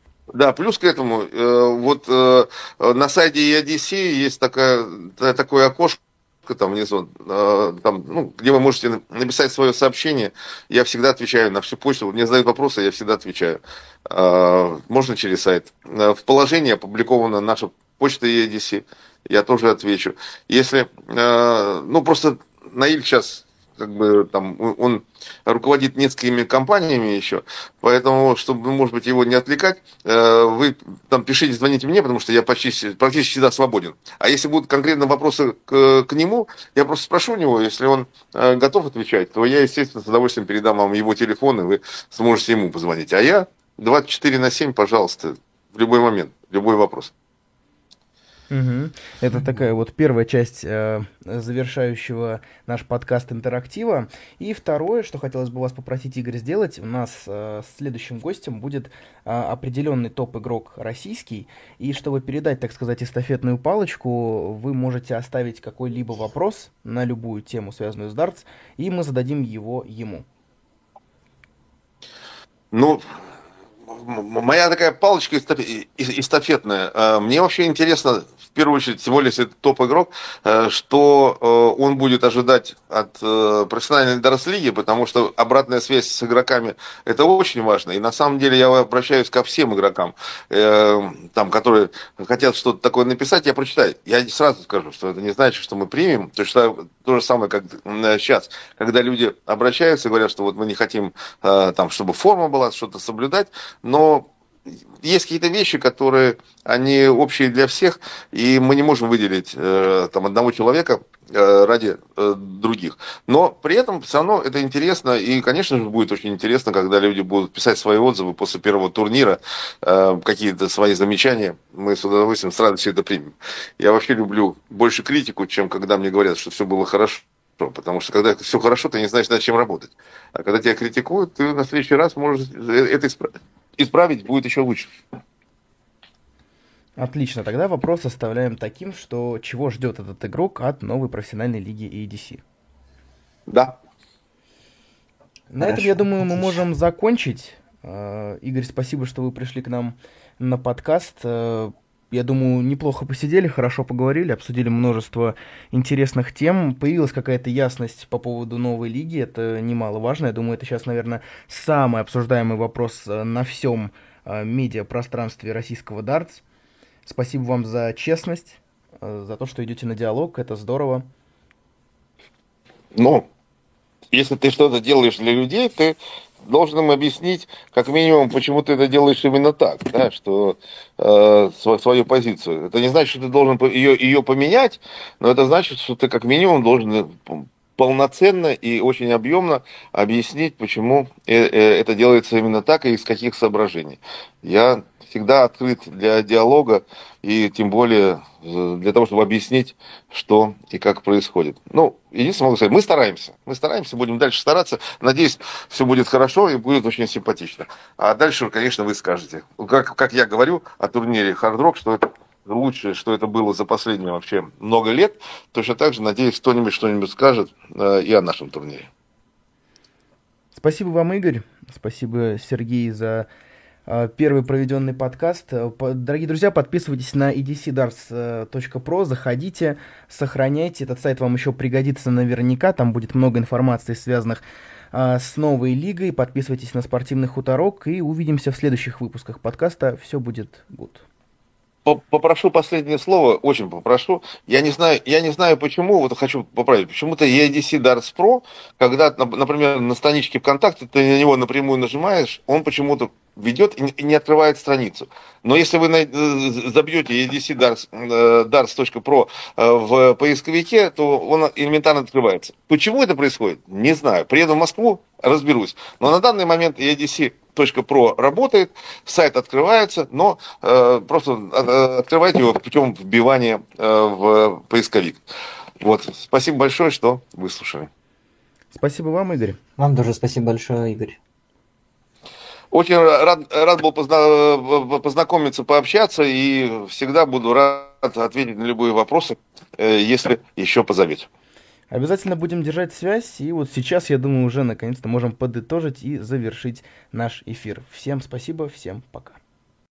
[SPEAKER 2] на сайте EIDC есть такое окошко там внизу, где вы можете написать свое сообщение. Я всегда отвечаю на всю почту. Мне задают вопросы, я всегда отвечаю. Можно через сайт. В положении опубликована наша почта EIDC. Я тоже отвечу. Если, просто Наиль сейчас, он руководит несколькими компаниями еще, поэтому, чтобы, может быть, его не отвлекать, вы там пишите, звоните мне, потому что я практически всегда свободен. А если будут конкретно вопросы к нему, я просто спрошу у него, если он готов отвечать, то я, естественно, с удовольствием передам вам его телефон, и вы сможете ему позвонить. А я 24/7, пожалуйста, в любой момент, любой вопрос.
[SPEAKER 1] Угу. Это такая вот первая часть завершающего наш подкаст интерактива. И второе, что хотелось бы вас попросить, Игорь, сделать, у нас следующим гостем будет определенный топ-игрок российский. И чтобы передать, так сказать, эстафетную палочку, вы можете оставить какой-либо вопрос на любую тему, связанную с дартс, и мы зададим его ему.
[SPEAKER 2] Моя такая палочка эстафетная. Мне вообще интересно, в первую очередь, тем более, если это топ-игрок, что он будет ожидать от профессиональной дартс-лиги, потому что обратная связь с игроками – это очень важно. И на самом деле я обращаюсь ко всем игрокам, которые хотят что-то такое написать, я прочитаю. Я сразу скажу, что это не значит, что мы примем. То же самое, как сейчас, когда люди обращаются и говорят, что вот мы не хотим, чтобы форма была, что-то соблюдать, но есть какие-то вещи, которые, они общие для всех, и мы не можем выделить там одного человека ради других. Но при этом все равно это интересно, и, конечно же, будет очень интересно, когда люди будут писать свои отзывы после первого турнира, какие-то свои замечания. Мы с удовольствием, с радостью это примем. Я вообще люблю больше критику, чем когда мне говорят, что все было хорошо. Потому что когда все хорошо, ты не знаешь, над чем работать. А когда тебя критикуют, ты на следующий раз можешь это исправить, будет еще лучше.
[SPEAKER 1] Отлично, тогда вопрос оставляем таким, что чего ждет этот игрок от новой профессиональной лиги EDC?
[SPEAKER 2] Да.
[SPEAKER 1] На этом, я думаю, мы можем закончить. Игорь, спасибо, что вы пришли к нам на подкаст. Я думаю, неплохо посидели, хорошо поговорили, обсудили множество интересных тем. Появилась какая-то ясность по поводу новой лиги, это немаловажно. Я думаю, это сейчас, наверное, самый обсуждаемый вопрос на всем медиапространстве российского дартс. Спасибо вам за честность, за то, что идете на диалог, это здорово.
[SPEAKER 2] Ну, если ты что-то делаешь для людей, ты должен им объяснить, как минимум, почему ты это делаешь именно так, да, что свою позицию. Это не значит, что ты должен ее поменять, но это значит, что ты как минимум должен полноценно и очень объемно объяснить, почему это делается именно так и из каких соображений. Я всегда открыт для диалога и тем более для того, чтобы объяснить, что и как происходит. Ну, единственное могу сказать, мы стараемся, будем дальше стараться. Надеюсь, все будет хорошо и будет очень симпатично. А дальше, конечно, вы скажете. Как я говорю о турнире Hard Rock, что это лучшее, что это было за последние вообще много лет, точно так же, надеюсь, кто-нибудь что-нибудь скажет и о нашем турнире.
[SPEAKER 1] Спасибо вам, Игорь. Спасибо, Сергей, за первый проведенный подкаст. Дорогие друзья, подписывайтесь на edcdarts.pro, заходите, сохраняйте. Этот сайт вам еще пригодится наверняка. Там будет много информации, связанных с новой лигой. Подписывайтесь на Спортивный хуторок и увидимся в следующих выпусках подкаста. Все будет good.
[SPEAKER 2] Попрошу последнее слово, очень попрошу. Я не знаю почему, вот хочу поправить, почему-то EDC Darts Pro, когда, например, на страничке ВКонтакте ты на него напрямую нажимаешь, он почему-то ведет и не открывает страницу. Но если вы забьете EDC Darts.pro в поисковике, то он элементарно открывается. Почему это происходит? Не знаю. Приеду в Москву, разберусь. Но на данный момент EDC.pro работает, сайт открывается, но просто открывайте его путем вбивания в поисковик. Вот. Спасибо большое, что выслушали.
[SPEAKER 1] Спасибо вам, Игорь.
[SPEAKER 3] Вам тоже спасибо большое, Игорь.
[SPEAKER 2] Очень рад был познакомиться, пообщаться, и всегда буду рад ответить на любые вопросы, если еще позовете.
[SPEAKER 1] Обязательно будем держать связь, и вот сейчас, я думаю, уже наконец-то можем подытожить и завершить наш эфир. Всем спасибо, всем пока.